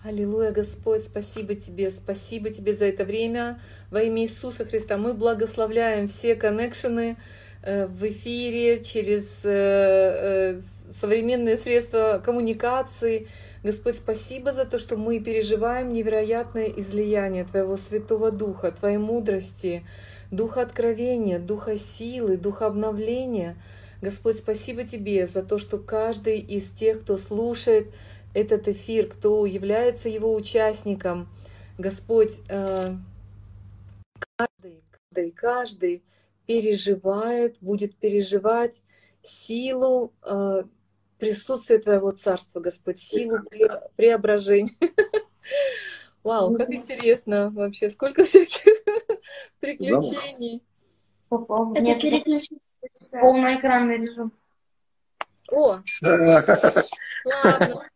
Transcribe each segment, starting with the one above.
Аллилуйя, Господь, спасибо Тебе за это время. Во имя Иисуса Христа мы благословляем все коннекшены в эфире через современные средства коммуникации. Господь, спасибо за то, что мы переживаем невероятное излияние Твоего Святого Духа, Твоей мудрости, Духа откровения, Духа силы, Духа обновления. Господь, спасибо Тебе за то, что каждый из тех, кто слушает этот эфир, кто является его участником, Господь, каждый переживает, будет переживать силу присутствия Твоего Царства, Господь, силу преображения. Вау, как интересно вообще, сколько всяких приключений. Это переключить полноэкранный режим. О, славно.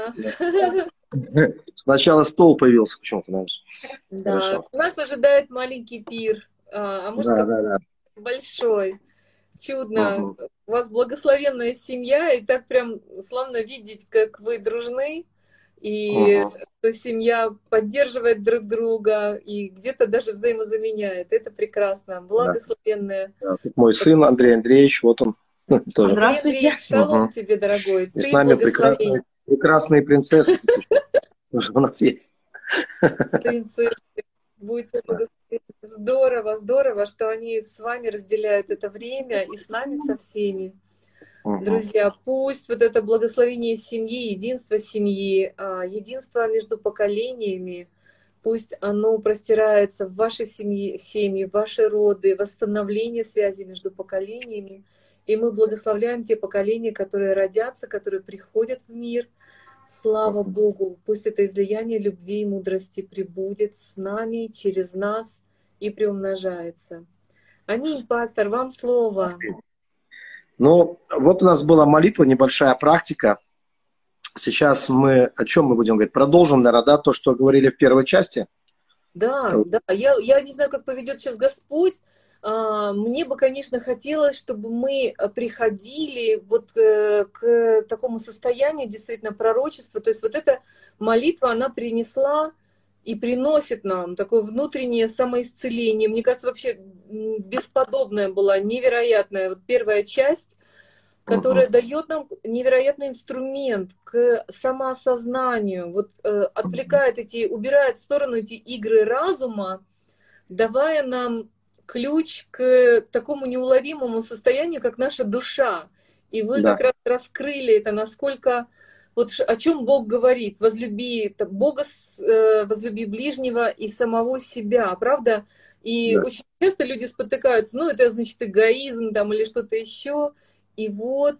Сначала стол появился почему-то, знаешь. Да, Хорошо. нас ожидает маленький пир, а может Да. большой. Чудно. У вас благословенная семья, и так прям славно видеть, как вы дружны, и что семья поддерживает друг друга, и где-то даже взаимозаменяет. Это прекрасно. Благословенная. Да, тут мой сын Андрей Андреевич, вот он тоже. Здравствуйте. Андрей, шалом тебе, дорогой. И с Ты нами благословение. прекрасные принцессы тоже у нас есть. Принцессы. Будьте благословенны. Здорово, здорово, что они с вами разделяют это время и с нами со всеми. Друзья, пусть вот это благословение семьи, единство семьи, единство между поколениями, пусть оно простирается в вашей семьи, в ваши роды, восстановление связи между поколениями. И мы благословляем те поколения, которые родятся, которые приходят в мир. Слава Богу, пусть это излияние любви и мудрости пребудет с нами, через нас и приумножается. Аминь, пастор, вам слово. Ну, вот у нас была молитва, небольшая практика. Сейчас мы о чем мы будем говорить? Продолжим, наверное, да, то, что говорили в первой части? Да. Я не знаю, как поведет сейчас Господь. Мне бы, конечно, хотелось, чтобы мы приходили вот к такому состоянию действительно пророчества. То есть вот эта молитва, она принесла и приносит нам такое внутреннее самоисцеление. Мне кажется, вообще бесподобная была, невероятная вот первая часть, которая дает нам невероятный инструмент к самоосознанию, вот отвлекает убирает в сторону эти игры разума, давая нам ключ к такому неуловимому состоянию, как наша душа. И вы как раз раскрыли это, насколько, вот о чем Бог говорит, возлюби Бога, возлюби ближнего и самого себя, правда? И очень часто люди спотыкаются, ну это значит эгоизм там или что-то еще. И вот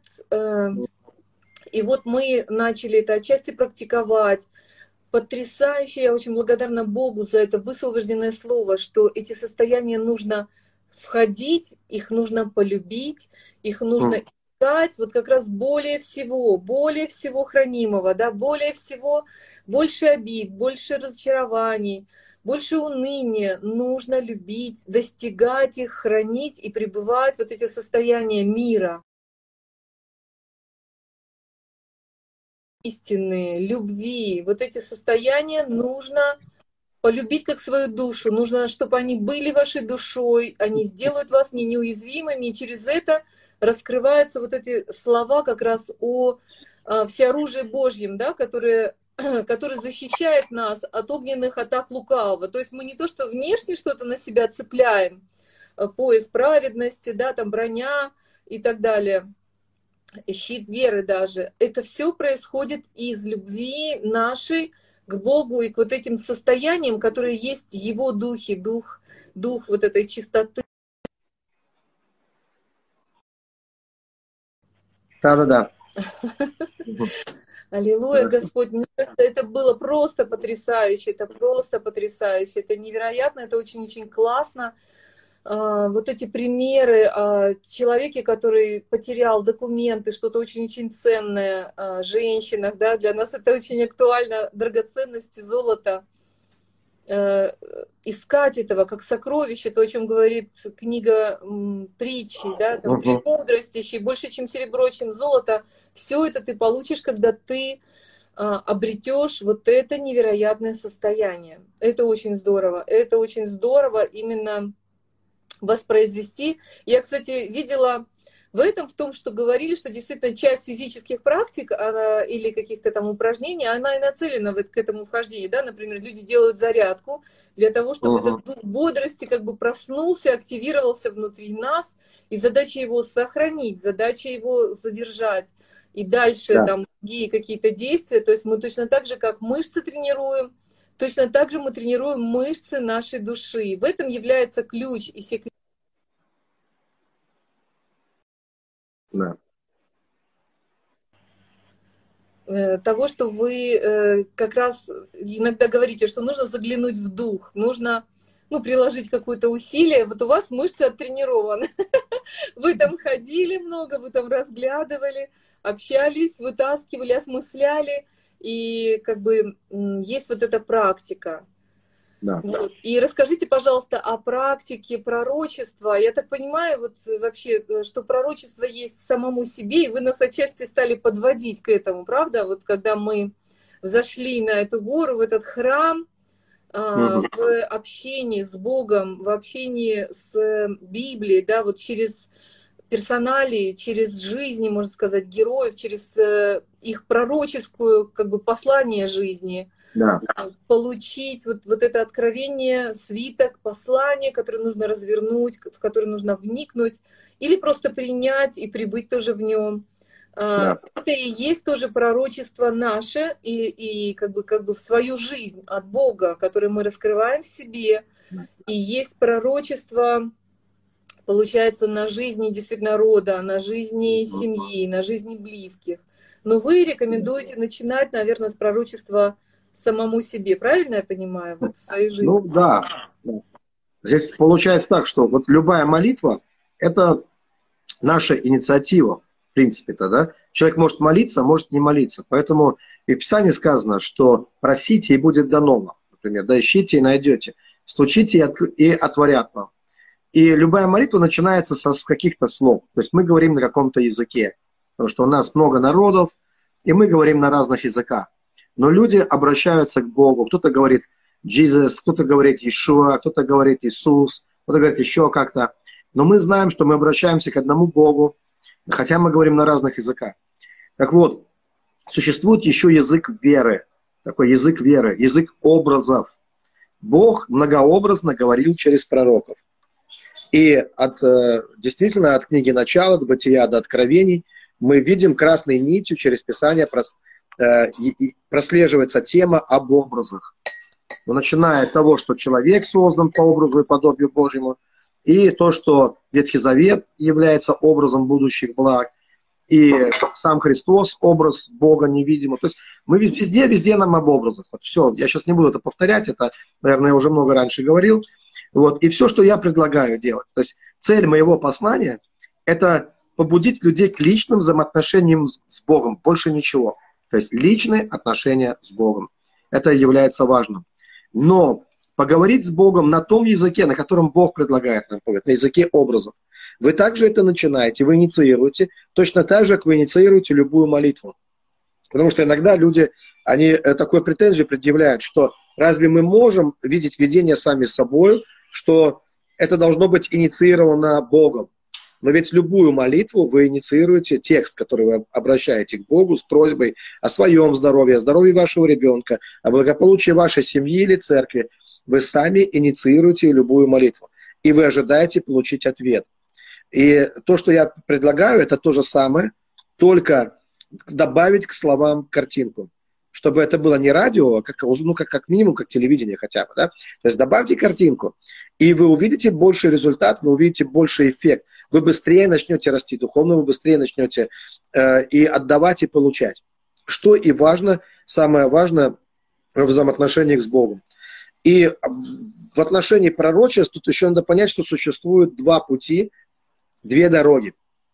мы начали это отчасти практиковать. Потрясающе, я очень благодарна Богу за это высвобожденное слово, что эти состояния нужно входить, их нужно полюбить, их нужно искать, вот как раз более всего хранимого, да, более всего, больше обид, больше разочарований, больше уныния нужно любить, достигать их, хранить и пребывать вот эти состояния мира. Истины, любви, вот эти состояния нужно полюбить как свою душу, нужно, чтобы они были вашей душой, они сделают вас не неуязвимыми, и через это раскрываются вот эти слова как раз о всеоружии Божьем, да, который защищает нас от огненных атак лукавого. То есть мы не то, что внешне что-то на себя цепляем, пояс праведности, да, там броня и так далее, щит веры даже. Это все происходит из любви нашей к Богу и к вот этим состояниям, которые есть в Его Духе, дух вот этой чистоты. Да. Аллилуйя, Господь. Мне кажется, это было просто потрясающе, это невероятно, это очень-очень классно. Вот эти примеры о человеке, который потерял документы, что-то очень-очень ценное, о женщинах, да, для нас это очень актуально, драгоценности, золото. Искать этого как сокровище, то, о чем говорит книга притчи, да, там, премудрости, больше, чем серебро, чем золото, все это ты получишь, когда ты обретешь вот это невероятное состояние. Это очень здорово. Это очень здорово именно воспроизвести. Я, кстати, видела в этом, в том, что говорили, что действительно часть физических практик или каких-то там упражнений, она и нацелена к этому вхождению. Да? Например, люди делают зарядку для того, чтобы этот дух бодрости как бы проснулся, активировался внутри нас, и задача его сохранить, задача его задержать. И дальше там другие какие-то действия. То есть мы точно так же, как мышцы тренируем, точно так же мы тренируем мышцы нашей души. В этом является ключ и секрет. Да. Того, что вы как раз иногда говорите, что нужно заглянуть в дух, нужно приложить какое-то усилие. Вот у вас мышцы оттренированы. Вы там ходили много, вы там разглядывали, общались, вытаскивали, осмысляли. И как бы есть вот эта практика. Да. Вот. И расскажите, пожалуйста, о практике пророчества. Я так понимаю, вот вообще, что пророчество есть самому себе, и вы нас отчасти стали подводить к этому, правда? Вот когда мы зашли на эту гору, в этот храм, в общении с Богом, в общении с Библией, да, вот через персоналии, через жизни, можно сказать, героев, через их пророческую, как бы, послание жизни, получить вот это откровение, свиток, послание, которое нужно развернуть, в которое нужно вникнуть, или просто принять и прибыть тоже в нем. Это и есть тоже пророчество наше, и как бы в свою жизнь от Бога, которое мы раскрываем в себе, и есть пророчество, получается, на жизни действительно рода, на жизни семьи, на жизни близких. Но вы рекомендуете начинать, наверное, с пророчества самому себе. Правильно я понимаю? Вот в своей жизни. Ну да. Здесь получается так, что вот любая молитва – это наша инициатива, в принципе-то, да. Человек может молиться, а может не молиться. Поэтому в Писании сказано, что просите и будет дано вам. Например, да, ищите и найдете, стучите и отворят вам. И любая молитва начинается с каких-то слов. То есть мы говорим на каком-то языке. Потому что у нас много народов, и мы говорим на разных языках. Но люди обращаются к Богу. Кто-то говорит Jesus, кто-то говорит Иешуа, кто-то говорит Иисус, кто-то говорит еще как-то. Но мы знаем, что мы обращаемся к одному Богу, хотя мы говорим на разных языках. Так вот, существует еще язык веры. Такой язык веры, язык образов. Бог многообразно говорил через пророков. И действительно от книги «Начала» до «Бытия» до «Откровений» мы видим красной нитью через Писание прослеживается тема об образах. Но начиная от того, что человек создан по образу и подобию Божьему, и то, что Ветхий Завет является образом будущих благ, и сам Христос – образ Бога невидимого. То есть мы везде нам об образах. Вот все, я сейчас не буду это повторять, это, наверное, я уже много раньше говорил. Вот. И все, что я предлагаю делать. То есть цель моего послания – это побудить людей к личным взаимоотношениям с Богом, больше ничего. То есть личные отношения с Богом. Это является важным. Но поговорить с Богом на том языке, на котором Бог предлагает нам говорить, на языке образов. Вы также это начинаете, вы инициируете, точно так же, как вы инициируете любую молитву. Потому что иногда люди, они такую претензию предъявляют, что разве мы можем видеть видение сами собой, что это должно быть инициировано Богом. Но ведь любую молитву вы инициируете текст, который вы обращаете к Богу с просьбой о своем здоровье, о здоровье вашего ребенка, о благополучии вашей семьи или церкви. Вы сами инициируете любую молитву. И вы ожидаете получить ответ. И то, что я предлагаю, это то же самое, только добавить к словам картинку. Чтобы это было не радио, а как минимум, как телевидение хотя бы. Да? То есть добавьте картинку, и вы увидите больший результат, вы увидите больший эффект. Вы быстрее начнете расти духовно, вы быстрее начнете и отдавать, и получать. Что и важно, самое важное в взаимоотношениях с Богом. И в отношении пророчеств тут еще надо понять, что существует два пути, две дороги.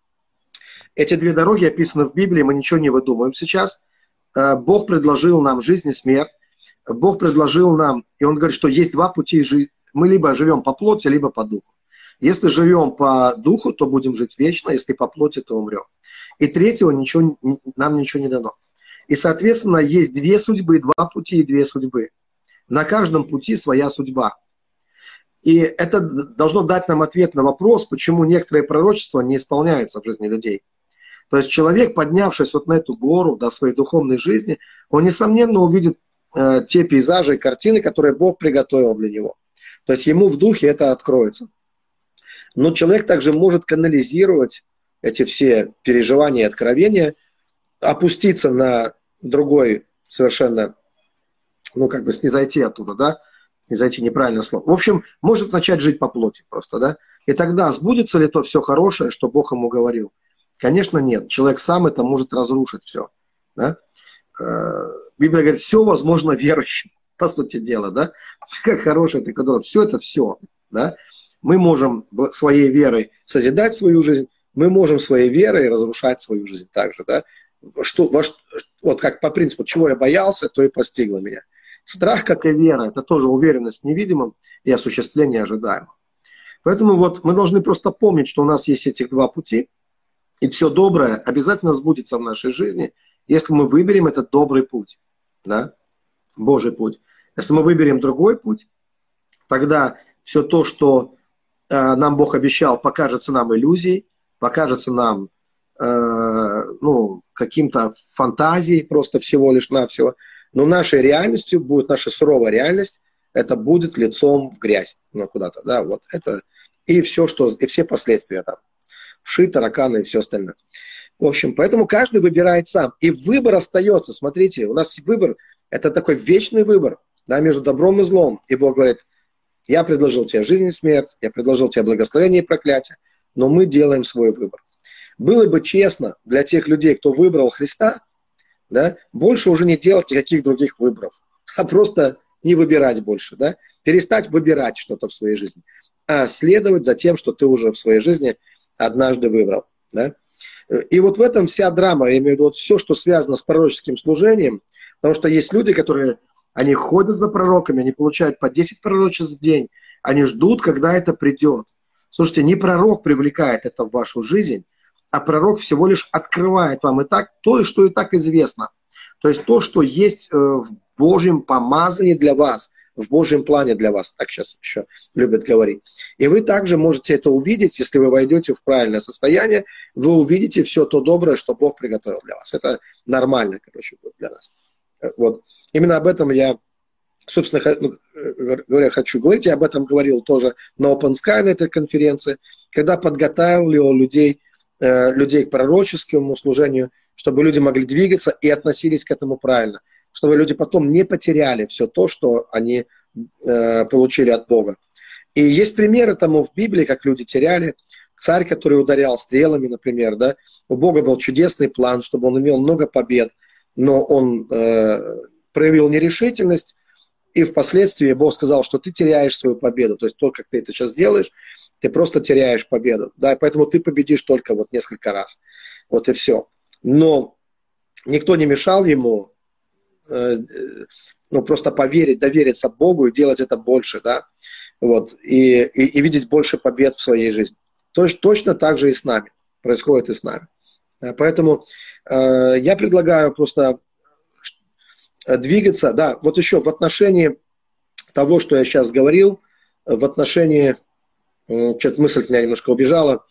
Эти две дороги описаны в Библии, мы ничего не выдумываем сейчас. Бог предложил нам жизнь и смерть. Бог предложил нам, и Он говорит, что есть два пути жизни. Мы либо живем по плоти, либо по духу. Если живем по духу, то будем жить вечно, если по плоти, то умрем. И третьего нам ничего не дано. И, соответственно, есть две судьбы, два пути и две судьбы. На каждом пути своя судьба. И это должно дать нам ответ на вопрос, почему некоторые пророчества не исполняются в жизни людей. То есть человек, поднявшись вот на эту гору до своей духовной жизни, он, несомненно, увидит те пейзажи и картины, которые Бог приготовил для него. То есть ему в духе это откроется. Но человек также может канализировать эти все переживания и откровения, опуститься на другой совершенно, ну как бы снизойти оттуда, да, снизойти неправильное слово. В общем, может начать жить по плоти просто, да. И тогда сбудется ли то все хорошее, что Бог ему говорил? Конечно, нет. Человек сам это может разрушить все. Да? Библия говорит, все возможно верующим, по сути дела, да. Как хорошее, так и все это все, да. Мы можем своей верой созидать свою жизнь, мы можем своей верой разрушать свою жизнь также, да. Вот как по принципу, чего я боялся, то и постигло меня. Страх, как и вера, это тоже уверенность в невидимом и осуществление ожидаемого. Поэтому вот мы должны просто помнить, что у нас есть этих два пути, и все доброе обязательно сбудется в нашей жизни, если мы выберем этот добрый путь, да, Божий путь. Если мы выберем другой путь, тогда все то, что нам Бог обещал, покажется нам иллюзией, покажется нам каким-то фантазией просто всего лишь навсего. Но нашей реальностью будет, наша суровая реальность, это будет лицом в грязь, куда-то, да, вот это, и все, и все последствия там, вши, тараканы и все остальное. В общем, поэтому каждый выбирает сам, и выбор остается, смотрите, у нас выбор, это такой вечный выбор, да, между добром и злом, и Бог говорит, я предложил тебе жизнь и смерть, я предложил тебе благословение и проклятие, но мы делаем свой выбор. Было бы честно для тех людей, кто выбрал Христа, да, больше уже не делать никаких других выборов, а просто не выбирать больше, да, перестать выбирать что-то в своей жизни, а следовать за тем, что ты уже в своей жизни однажды выбрал. Да. И вот в этом вся драма, я имею в виду вот все, что связано с пророческим служением, потому что есть люди, которые, они ходят за пророками, они получают по 10 пророчеств в день, они ждут, когда это придет. Слушайте, не пророк привлекает это в вашу жизнь, а пророк всего лишь открывает вам и так то, что и так известно. То есть то, что есть в Божьем помазании для вас, в Божьем плане для вас, так сейчас еще любят говорить. И вы также можете это увидеть, если вы войдете в правильное состояние, вы увидите все то доброе, что Бог приготовил для вас. Это нормально, короче, будет для нас. Вот. Именно об этом я, собственно говоря, хочу говорить. Я об этом говорил тоже на Open Sky, на этой конференции, когда подготавливал людей к пророческому служению, чтобы люди могли двигаться и относились к этому правильно, чтобы люди потом не потеряли все то, что они получили от Бога. И есть примеры тому в Библии, как люди теряли. Царь, который ударял стрелами, например, да, у Бога был чудесный план, чтобы он имел много побед, но он проявил нерешительность, и впоследствии Бог сказал, что ты теряешь свою победу. То есть то, как ты это сейчас делаешь, ты просто теряешь победу. Да, и поэтому ты победишь только вот несколько раз. Вот и все. Но никто не мешал ему просто поверить, довериться Богу и делать это больше, да, вот, и видеть больше побед в своей жизни. Точно так же и с нами. Происходит и с нами. Да, поэтому я предлагаю просто двигаться. Да, вот еще в отношении того, что я сейчас говорил, в отношении... Что-то мысль меня немножко убежала.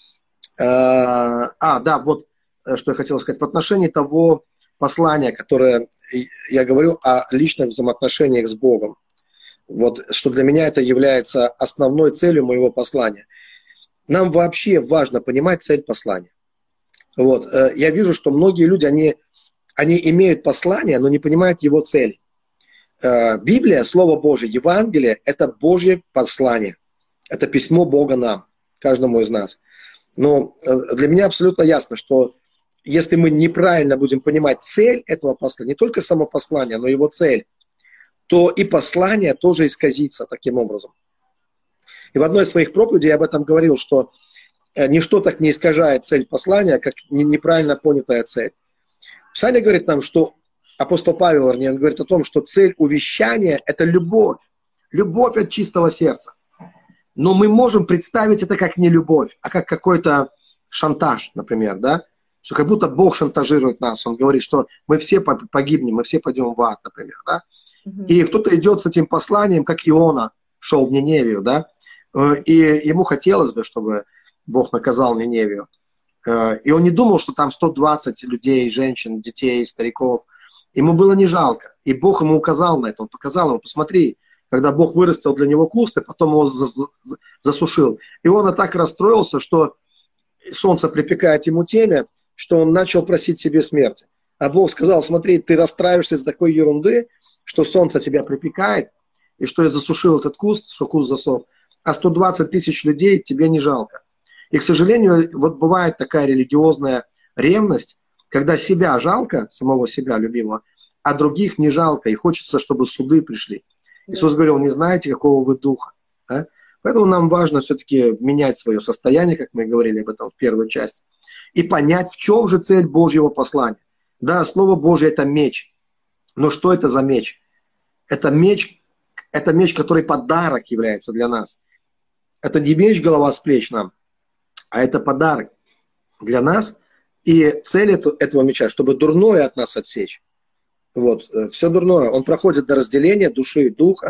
Да, вот что я хотел сказать. В отношении того послания, которое я говорю о личных взаимоотношениях с Богом. Вот, что для меня это является основной целью моего послания. Нам вообще важно понимать цель послания. Вот, я вижу, что многие люди, они имеют послание, но не понимают его цели. Библия, Слово Божие, Евангелие – это Божье послание. Это письмо Бога нам, каждому из нас. Но для меня абсолютно ясно, что если мы неправильно будем понимать цель этого послания, не только само послание, но его цель, то и послание тоже исказится таким образом. И в одной из своих проповедей я об этом говорил, что ничто так не искажает цель послания, как неправильно понятая цель. Писание говорит нам, что апостол Павел, он говорит о том, что цель увещания – это любовь. Любовь от чистого сердца. Но мы можем представить это как не любовь, а как какой-то шантаж, например, да? что как будто Бог шантажирует нас. Он говорит, что мы все погибнем, мы все пойдем в ад, например. Да? И кто-то идет с этим посланием, как Иона шел в Ниневию, да? И ему хотелось бы, чтобы Бог наказал Ниневию. И он не думал, что там 120 людей, женщин, детей, стариков. Ему было не жалко. И Бог ему указал на это. Он показал ему, посмотри, когда Бог вырастил для него куст, и потом его засушил. И он так расстроился, что солнце припекает ему темя, что он начал просить себе смерти. А Бог сказал, смотри, ты расстраиваешься из-за такой ерунды, что солнце тебя припекает, и что я засушил этот куст, что куст засох, а 120 тысяч людей тебе не жалко. И, к сожалению, вот бывает такая религиозная ревность, когда себя жалко, самого себя любимого, а других не жалко, и хочется, чтобы суды пришли. Иисус говорил, не знаете, какого вы духа. Да? Поэтому нам важно все-таки менять свое состояние, как мы говорили об этом в первой части, и понять, в чем же цель Божьего послания. Да, Слово Божье – это меч. Но что это за меч? Это меч, который подарок является для нас. Это не меч голова с плеч нам, а это подарок для нас. И цель этого меча, чтобы дурное от нас отсечь. Вот, все дурное. Он проходит до разделения души и духа.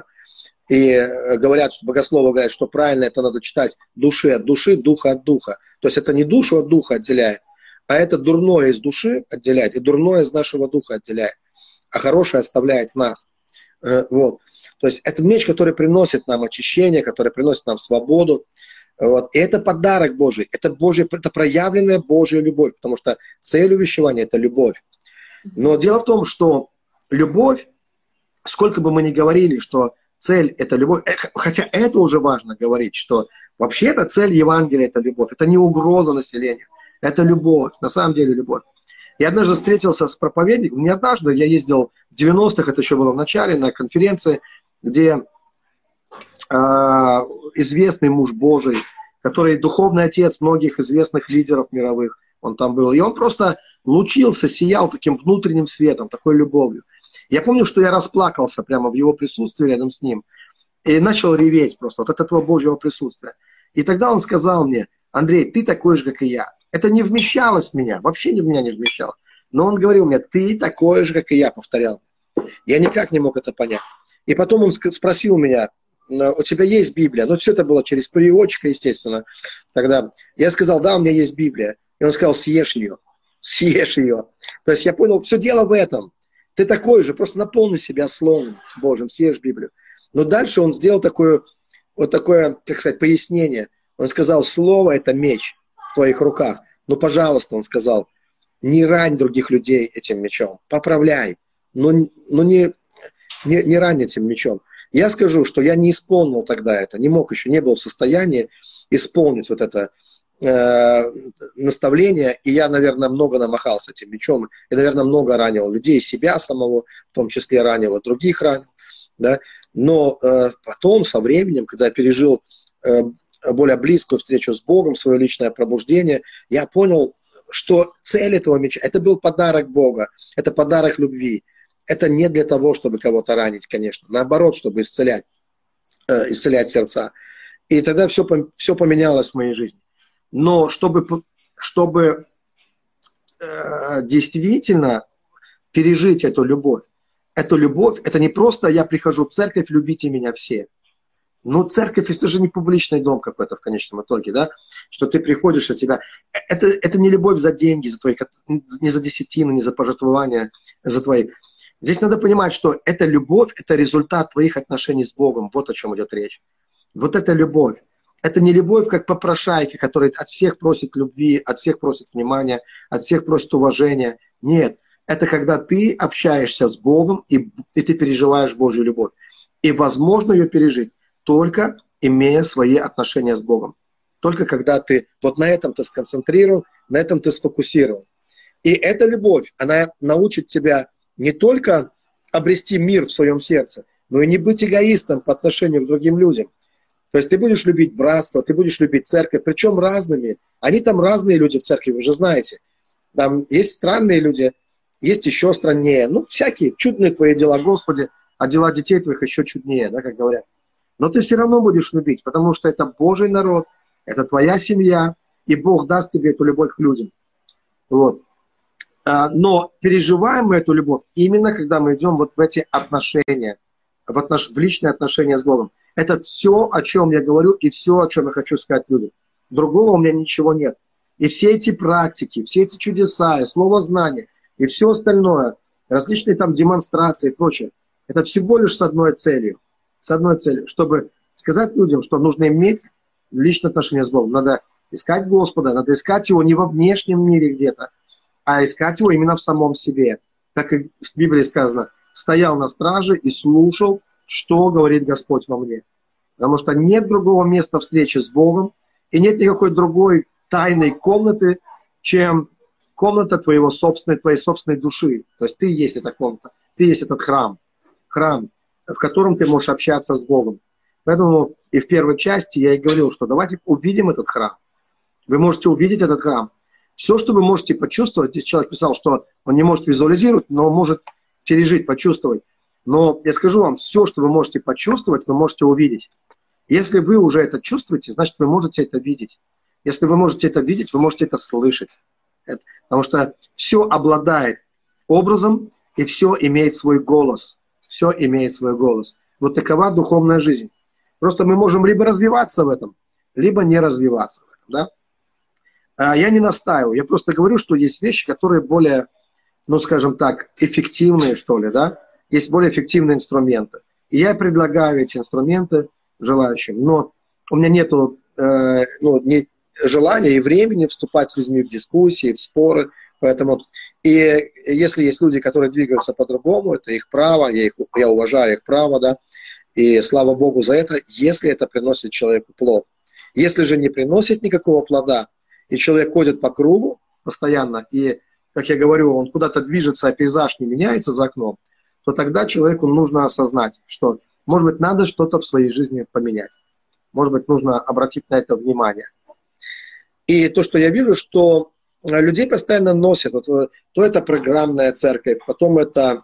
И говорят, что богословы говорят, что правильно это надо читать души от души, духа от духа. То есть это не душу от духа отделяет, а это дурное из души отделяет, и дурное из нашего духа отделяет, а хорошее оставляет в нас. Вот. То есть это меч, который приносит нам очищение, который приносит нам свободу. Вот. И это подарок Божий, это проявленная Божья любовь, потому что цель увещевания – это любовь. Но дело в том, что любовь, сколько бы мы ни говорили, что цель – это любовь, хотя это уже важно говорить, что вообще-то цель Евангелия – это любовь, это не угроза населению, это любовь, на самом деле любовь. Я однажды встретился с проповедником, не однажды, я ездил в 90-х, это еще было в начале, на конференции, где известный муж Божий, который духовный отец многих известных лидеров мировых, он там был, и он просто лучился, сиял таким внутренним светом, такой любовью. Я помню, что я расплакался прямо в его присутствии рядом с ним и начал реветь просто от этого Божьего присутствия. И тогда он сказал мне, Андрей, ты такой же, как и я. Это не вмещалось в меня, вообще в меня не вмещалось. Но он говорил мне, ты такой же, как и я, повторял. Я никак не мог это понять. И потом он спросил меня, у тебя есть Библия? Ну, все это было через переводчика, естественно. Тогда я сказал, да, у меня есть Библия. И он сказал, съешь ее. Съешь ее. То есть я понял, все дело в этом. Ты такой же, просто наполни себя Словом Божьим, съешь Библию. Но дальше он сделал такое, как сказать, пояснение. Он сказал, Слово – это меч в твоих руках. Ну, пожалуйста, он сказал, не рань других людей этим мечом. Поправляй. Но не рань этим мечом. Я скажу, что я не исполнил тогда это, не мог еще, не был в состоянии исполнить вот это наставление, и я, наверное, много намахался этим мечом, и, наверное, много ранил людей, себя самого, в том числе ранил, и других ранил, да? Но потом, со временем, когда я пережил более близкую встречу с Богом, свое личное пробуждение, я понял, что цель этого меча, это был подарок Бога, это подарок любви. Это не для того, чтобы кого-то ранить, конечно. Наоборот, чтобы исцелять сердца. И тогда все поменялось в моей жизни. Но чтобы действительно пережить эту любовь, это не просто я прихожу в церковь, любите меня все. Но церковь, это же не публичный дом какой-то в конечном итоге, да? Что ты приходишь, а тебя... Это не любовь за деньги, за твои, не за десятину, не за пожертвования, за твои... Здесь надо понимать, что эта любовь, это результат твоих отношений с Богом. Вот о чем идет речь. Вот это любовь. Это не любовь, как попрошайки, который от всех просит любви, от всех просит внимания, от всех просит уважения. Нет. Это когда ты общаешься с Богом, и ты переживаешь Божью любовь. И возможно ее пережить только имея свои отношения с Богом. Только когда ты вот на этом ты сконцентрирован, на этом ты сфокусирован. И эта любовь, она научит тебя не только обрести мир в своем сердце, но и не быть эгоистом по отношению к другим людям. То есть ты будешь любить братство, ты будешь любить церковь, причем разными. Они там разные люди в церкви, вы же знаете. Там есть странные люди, есть еще страннее. Ну, всякие чудные твои дела, Господи, а дела детей твоих еще чуднее, да, как говорят. Но ты все равно будешь любить, потому что это Божий народ, это твоя семья, и Бог даст тебе эту любовь к людям. Вот. Но переживаем мы эту любовь именно, когда мы идем вот в эти отношения, в личные отношения с Богом. Это все, о чем я говорю, и все, о чем я хочу сказать людям. Другого у меня ничего нет. И все эти практики, все эти чудеса, и словознание, и все остальное, различные там демонстрации и прочее, это всего лишь с одной целью, чтобы сказать людям, что нужно иметь личные отношения с Богом. Надо искать Господа, надо искать Его не во внешнем мире где-то, а искать Его именно в самом себе. Как и в Библии сказано, стоял на страже и слушал, что говорит Господь во мне. Потому что нет другого места встречи с Богом, и нет никакой другой тайной комнаты, чем комната твоей собственной души. То есть ты есть эта комната, ты есть этот храм, в котором ты можешь общаться с Богом. Поэтому и в первой части я и говорил, что давайте увидим этот храм. Вы можете увидеть этот храм. Все, что вы можете почувствовать, здесь человек писал, что он не может визуализировать, но может пережить, почувствовать. Но я скажу вам, все, что вы можете почувствовать, вы можете увидеть. Если вы уже это чувствуете, значит, вы можете это видеть. Если вы можете это видеть, вы можете это слышать. Потому что все обладает образом, и все имеет свой голос. Все имеет свой голос. Вот такова духовная жизнь. Просто мы можем либо развиваться в этом, либо не развиваться в этом. Да? Я не настаиваю. Я просто говорю, что есть вещи, которые более, ну, скажем так, эффективные, что ли, да? Есть более эффективные инструменты. И я предлагаю эти инструменты желающим. Но у меня нету ни желания и времени вступать с людьми в дискуссии, в споры. Поэтому, и если есть люди, которые двигаются по-другому, это их право, я уважаю их право, да, и слава Богу за это, если это приносит человеку плод. Если же не приносит никакого плода, и человек ходит по кругу постоянно, и, как я говорю, он куда-то движется, а пейзаж не меняется за окном, то тогда человеку нужно осознать, что, может быть, надо что-то в своей жизни поменять. Может быть, нужно обратить на это внимание. И то, что я вижу, что людей постоянно носят, вот, то это программная церковь, потом это,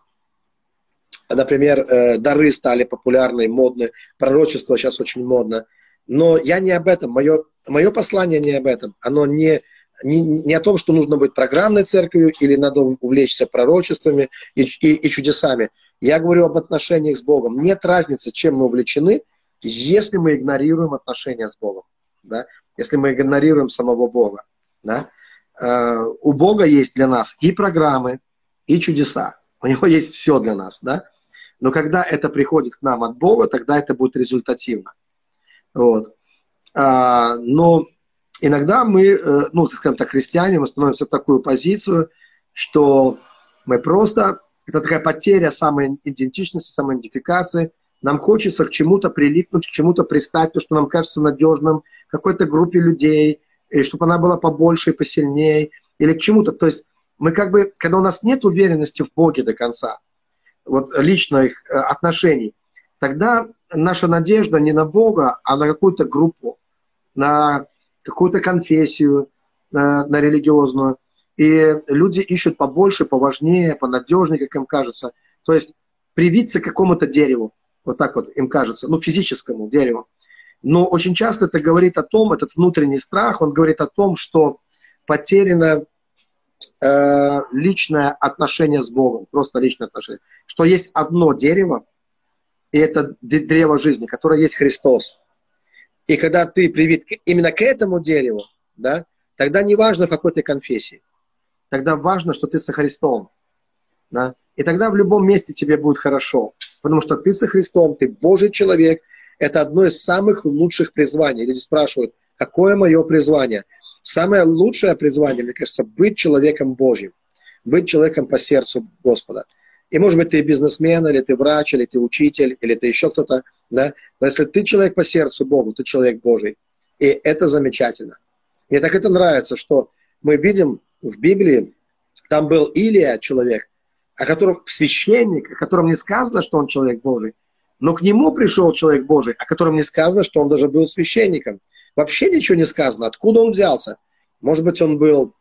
например, дары стали популярны, модны, пророчество сейчас очень модно. Но я не об этом, мое послание не об этом. Оно не о том, что нужно быть программной церковью или надо увлечься пророчествами и чудесами. Я говорю об отношениях с Богом. Нет разницы, чем мы увлечены, если мы игнорируем отношения с Богом. Да? Если мы игнорируем самого Бога. Да? У Бога есть для нас и программы, и чудеса. У Него есть все для нас. Да? Но когда это приходит к нам от Бога, тогда это будет результативно. Вот. Но иногда мы, ну, скажем так, христиане, мы становимся в такую позицию, что мы просто, это такая потеря самоидентичности, самоидентификации. Нам хочется к чему-то прилипнуть, к чему-то пристать, то, что нам кажется надежным, к какой-то группе людей, и чтобы она была побольше и посильнее, или к чему-то. То есть мы как бы, когда у нас нет уверенности в Боге до конца, вот личных отношений, тогда наша надежда не на Бога, а на какую-то группу, на какую-то конфессию, на религиозную. И люди ищут побольше, поважнее, понадежнее, как им кажется. То есть привиться к какому-то дереву. Вот так вот им кажется, ну, физическому дереву. Но очень часто это говорит о том, этот внутренний страх, он говорит о том, что потеряно личное отношение с Богом, просто личное отношение. Что есть одно дерево, и это древо жизни, которое есть Христос. И когда ты привит именно к этому дереву, да, тогда не важно, в какой ты конфессии. Тогда важно, что ты со Христом. Да? И тогда в любом месте тебе будет хорошо. Потому что ты со Христом, ты Божий человек. Это одно из самых лучших призваний. Люди спрашивают, какое мое призвание? Самое лучшее призвание, мне кажется, быть человеком Божьим. Быть человеком по сердцу Господа. И может быть ты бизнесмен, или ты врач, или ты учитель, или ты еще кто-то. Да? Но если ты человек по сердцу Богу, ты человек Божий. И это замечательно. Мне так это нравится, что мы видим в Библии, там был Илия, человек, о котором священник, о котором не сказано, что он человек Божий, но к нему пришел человек Божий, о котором не сказано, что он даже был священником. Вообще ничего не сказано. Откуда он взялся? Может быть, он был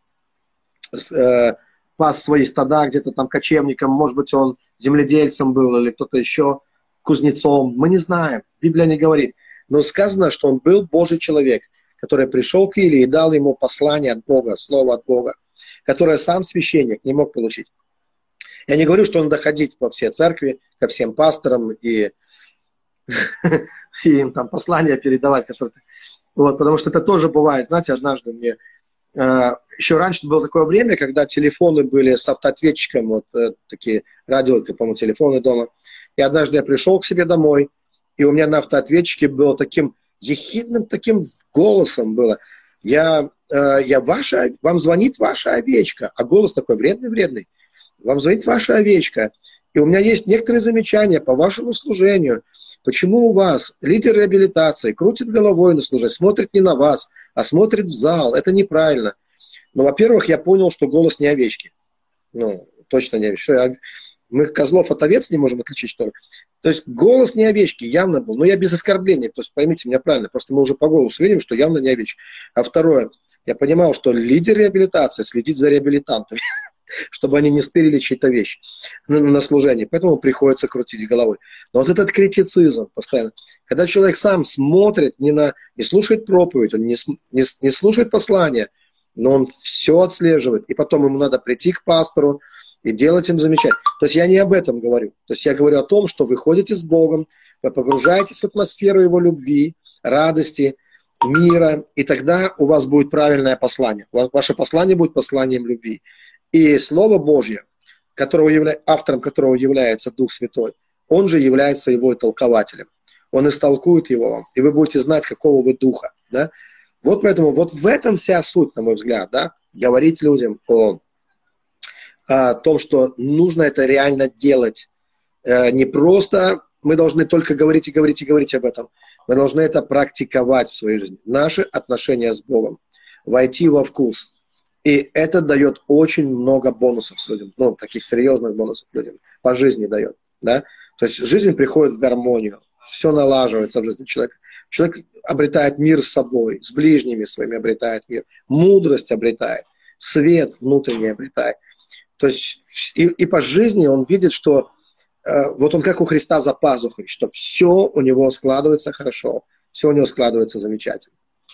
пас свои стада где-то там кочевником, может быть, он земледельцем был или кто-то еще, кузнецом. Мы не знаем. Библия не говорит. Но сказано, что он был Божий человек, который пришел к Илии и дал ему послание от Бога, слово от Бога. которое сам священник не мог получить. Я не говорю, что надо ходить по всей церкви, ко всем пасторам и им там послания передавать. Вот, потому что это тоже бывает. Знаете, однажды мне... Еще раньше было такое время, когда телефоны были с автоответчиком, вот такие радио, по-моему, телефоны дома. И однажды я пришел к себе домой, и у меня на автоответчике было таким ехидным таким голосом было. Вам звонит ваша овечка, а голос такой вредный. Вам звонит ваша овечка, и у меня есть некоторые замечания по вашему служению. Почему у вас лидер реабилитации крутит головой на служение, смотрит не на вас, а смотрит в зал? Это неправильно. Ну, во-первых, я понял, что голос не овечки. Ну, точно не овечки. Мы козлов от овец не можем отличить, что ли? То есть голос не овечки явно был. Но я без оскорбления, то есть поймите меня правильно. Просто мы уже по голосу видим, что явно не овечки. А второе, я понимал, что лидер реабилитации следит за реабилитантами, чтобы они не стырили чьи-то вещи на служении. Поэтому приходится крутить головой. Но вот этот критицизм постоянно. Когда человек сам смотрит, не слушает проповедь, он не слушает послания, но он все отслеживает. И потом ему надо прийти к пастору и делать им замечания. То есть я не об этом говорю. То есть я говорю о том, что вы ходите с Богом, вы погружаетесь в атмосферу Его любви, радости, мира, и тогда у вас будет правильное послание. Ваше послание будет посланием любви. И Слово Божье, автором которого является Дух Святой, он же является его толкователем. Он истолкует его вам, и вы будете знать, какого вы духа. Да? Вот поэтому вот в этом вся суть, на мой взгляд, да? Говорить людям о том, что нужно это реально делать. Не просто мы должны только говорить и говорить и говорить об этом. Мы должны это практиковать в своей жизни. Наши отношения с Богом. Войти во вкус. И это дает очень много бонусов людям. Ну, таких серьезных бонусов людям. По жизни дает. Да? То есть жизнь приходит в гармонию. Все налаживается в жизни человека. Человек обретает мир с собой, с ближними своими обретает мир. Мудрость обретает. Свет внутренний обретает. То есть и по жизни он видит, что вот он как у Христа за пазухой, что все у него складывается хорошо, все у него складывается замечательно.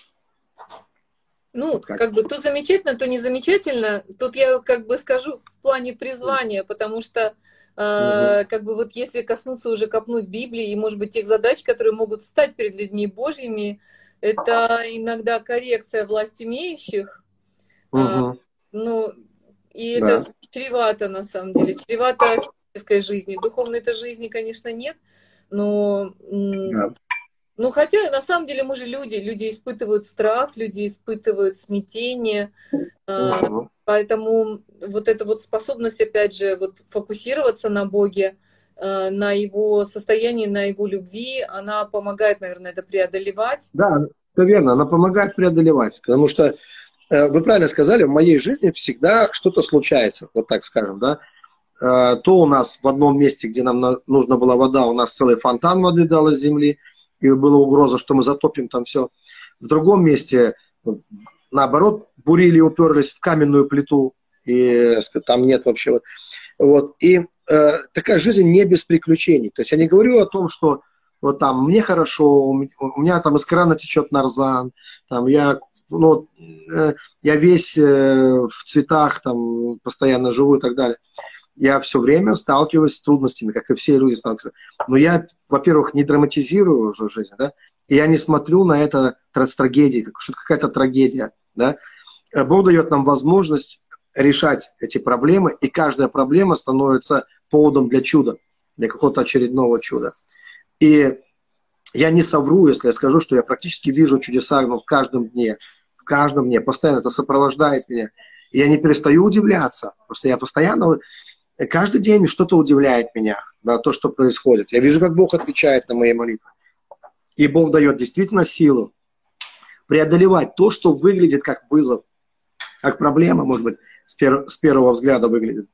Ну, как бы то замечательно, то не замечательно. Тут я как бы скажу в плане призвания, потому что как бы вот если коснуться уже, копнуть Библии и, может быть, тех задач, которые могут встать перед людьми Божьими, это иногда коррекция власть имеющих. Ну, и это чревато, на самом деле, чревато физической жизни. Духовной-то жизни, конечно, нет, но... Ну, хотя, на самом деле, мы же люди испытывают страх, люди испытывают смятение, поэтому вот эта вот способность, опять же, вот фокусироваться на Боге, на Его состоянии, на Его любви, она помогает, наверное, это преодолевать. Да, это верно, она помогает преодолевать, потому что, вы правильно сказали, в моей жизни всегда что-то случается, вот так скажем, да. То у нас в одном месте, где нам нужна была вода, у нас целый фонтан воды дал из земли, и была угроза, что мы затопим там все. В другом месте, наоборот, бурили и уперлись в каменную плиту, и там нет вообще. Вот. И такая жизнь не без приключений. То есть я не говорю о том, что вот там мне хорошо, у меня там из крана течет нарзан, там я весь в цветах, там постоянно живу и так далее. Я все время сталкиваюсь с трудностями, как и все люди сталкиваются. Но я, во-первых, не драматизирую уже жизнь, да, и я не смотрю на это с трагедией, что это какая-то трагедия, да. Бог дает нам возможность решать эти проблемы, и каждая проблема становится поводом для чуда, для какого-то очередного чуда. И я не совру, если я скажу, что я практически вижу чудеса в каждом дне, постоянно это сопровождает меня. И я не перестаю удивляться, просто я постоянно... Каждый день что-то удивляет меня, да, то, что происходит. Я вижу, как Бог отвечает на мои молитвы. И Бог дает действительно силу преодолевать то, что выглядит как вызов, как проблема, может быть, с первого взгляда выглядит.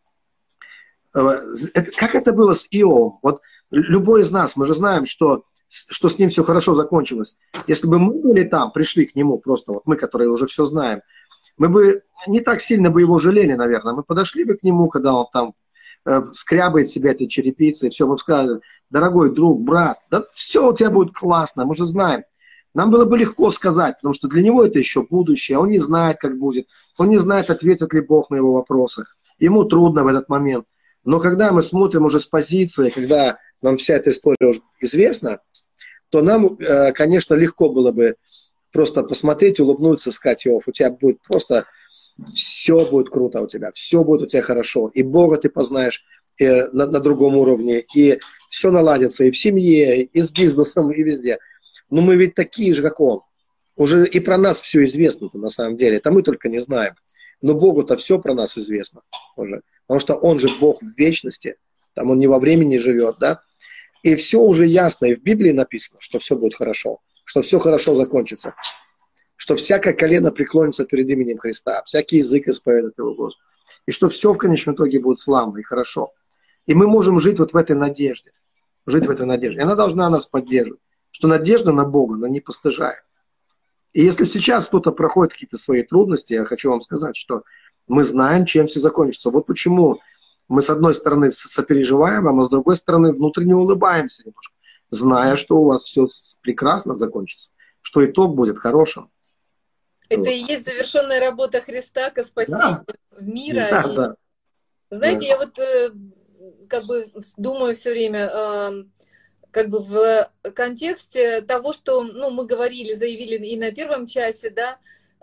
Как это было с Иовом? Вот любой из нас, мы же знаем, что с ним все хорошо закончилось. Если бы мы были там, пришли к нему, просто вот мы, которые уже все знаем, мы бы не так сильно бы его жалели, наверное. Мы подошли бы к нему, когда он там скрябает себя этой черепицей, и все, мы бы сказали: дорогой друг, брат, да все у тебя будет классно, мы же знаем. нам было бы легко сказать, потому что для него это еще будущее, он не знает, как будет, он не знает, ответит ли Бог на его вопросы. Ему трудно в этот момент. Но когда мы смотрим уже с позиции, когда нам вся эта история уже известна, то нам, конечно, легко было бы просто посмотреть, улыбнуться, сказать: Иов, у тебя будет просто, все будет круто у тебя, все будет у тебя хорошо. И Бога ты познаешь на другом уровне, и все наладится и в семье, и с бизнесом, и везде. Но мы ведь такие же, как он. Уже и про нас все известно на самом деле. Это мы только не знаем. Но Богу-то все про нас известно уже. Потому что он же Бог в вечности. Там он не во времени живет, да. И все уже ясно. И в Библии написано, что все будет хорошо. Что все хорошо закончится. Что всякое колено преклонится перед именем Христа. Всякий язык исповедует его Господа. И что все в конечном итоге будет славно и хорошо. И мы можем жить вот в этой надежде. Жить в этой надежде. И она должна нас поддерживать. Что надежда на Бога, она не постыжает. И если сейчас кто-то проходит какие-то свои трудности, я хочу вам сказать, что мы знаем, чем все закончится. Вот почему мы с одной стороны сопереживаем вам, а с другой стороны внутренне улыбаемся немножко, зная, что у вас все прекрасно закончится, что итог будет хорошим. Это и есть завершенная работа Христа к спасению мира. Да, да. Знаете, я вот как бы думаю все время, как бы в контексте того, что мы говорили, заявили и на первом часе, да,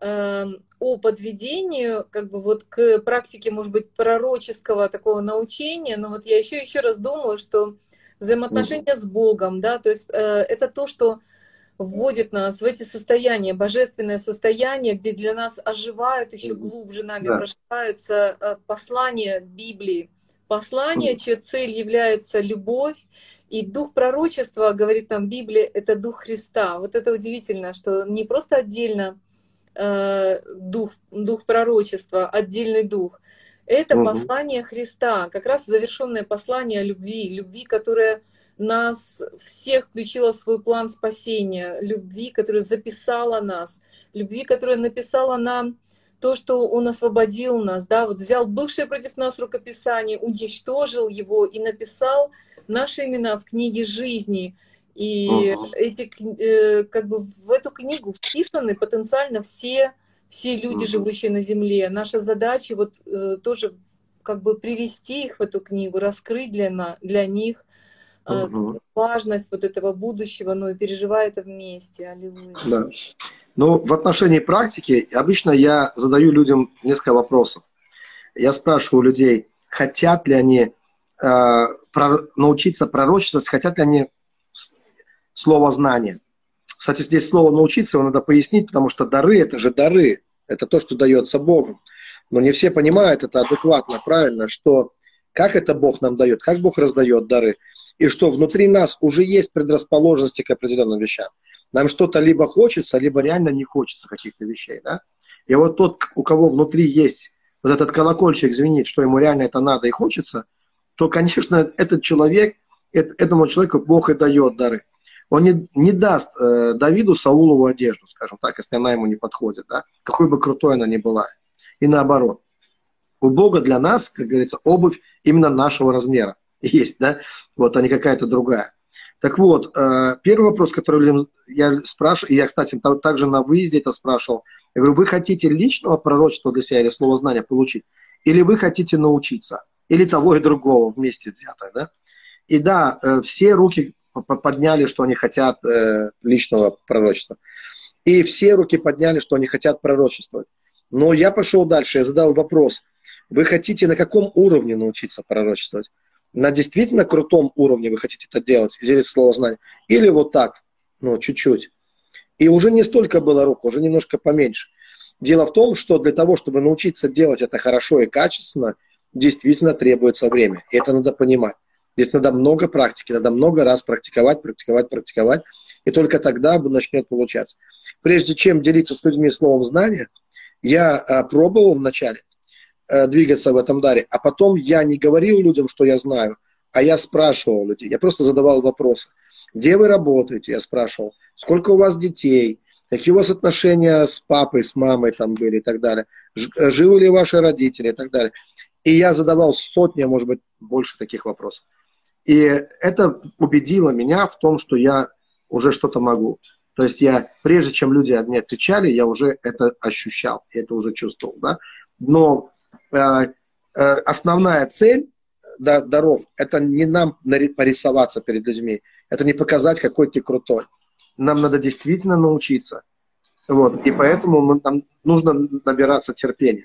о подведении, как бы вот к практике, может быть, пророческого такого научения, но вот я еще раз думаю, что взаимоотношения с Богом, да, то есть это то, что вводит нас в эти состояния, божественное состояние, где для нас оживают еще глубже нами, прошиваются послания Библии, послание, чья цель является любовь. И дух пророчества, говорит нам Библия, это дух Христа. Вот это удивительно, что не просто отдельно дух пророчества, отдельный дух. Это послание Христа, как раз завершенное послание любви, которое нас всех включила в свой план спасения, любви, которая записала нас, любви, которая написала нам то, что Он освободил нас, да, вот взял бывшее против нас рукописание, уничтожил его и написал наши имена в книге жизни. И как бы в эту книгу вписаны потенциально все люди, живущие на земле. Наша задача вот тоже как бы привести их в эту книгу, раскрыть для них важность вот этого будущего, но и переживая это вместе. Аллилуйя. Да. Ну, в отношении практики обычно я задаю людям несколько вопросов. Я спрашиваю людей, хотят ли они научиться пророчествовать, хотят ли они слово знания. Кстати, здесь слово научиться его надо пояснить, потому что дары — это же дары. Это то, что дается Богом. Но не все понимают это адекватно, правильно, что как это Бог нам дает, как Бог раздает дары, и что внутри нас уже есть предрасположенности к определенным вещам. Нам что-то либо хочется, либо реально не хочется каких-то вещей. Да? И вот тот, у кого внутри есть вот этот колокольчик звенит, что ему реально это надо и хочется, то, конечно, этот человек, этому человеку Бог и дает дары. Он не даст Давиду Саулову одежду, скажем так, если она ему не подходит, да? Какой бы крутой она ни была. И наоборот. У Бога для нас, как говорится, обувь именно нашего размера есть, да? Вот, а не какая-то другая. Так вот, первый вопрос, который я спрашиваю, и я, кстати, также на выезде это спрашивал, я говорю, вы хотите личного пророчества для себя или слово знания получить? Или вы хотите научиться? Или того и другого вместе взятое, да? И да, все руки подняли, что они хотят личного пророчества. И все руки подняли, что они хотят пророчествовать. Но я пошел дальше, я задал вопрос. Вы хотите на каком уровне научиться пророчествовать? На действительно крутом уровне вы хотите это делать, здесь слово знания? Или вот так, чуть-чуть? И уже не столько было рук, уже немножко поменьше. Дело в том, что для того, чтобы научиться делать это хорошо и качественно, действительно требуется время. И это надо понимать. Здесь надо много практики, надо много раз практиковать. И только тогда начнет получаться. Прежде чем делиться с людьми словом знания, я пробовал вначале двигаться в этом даре, а потом я не говорил людям, что я знаю, а я спрашивал людей. Я просто задавал вопросы. Где вы работаете? Я спрашивал. Сколько у вас детей? Какие у вас отношения с папой, с мамой там были и так далее? Живы ли ваши родители и так далее? И я задавал сотни, а может быть больше таких вопросов. И это убедило меня в том, что я уже что-то могу. То есть я, прежде чем люди мне отвечали, я уже это ощущал, это уже чувствовал, да. Но основная цель даров, это не нам порисоваться перед людьми, это не показать, какой ты крутой. Нам надо действительно научиться. Вот. И поэтому нам нужно набираться терпения.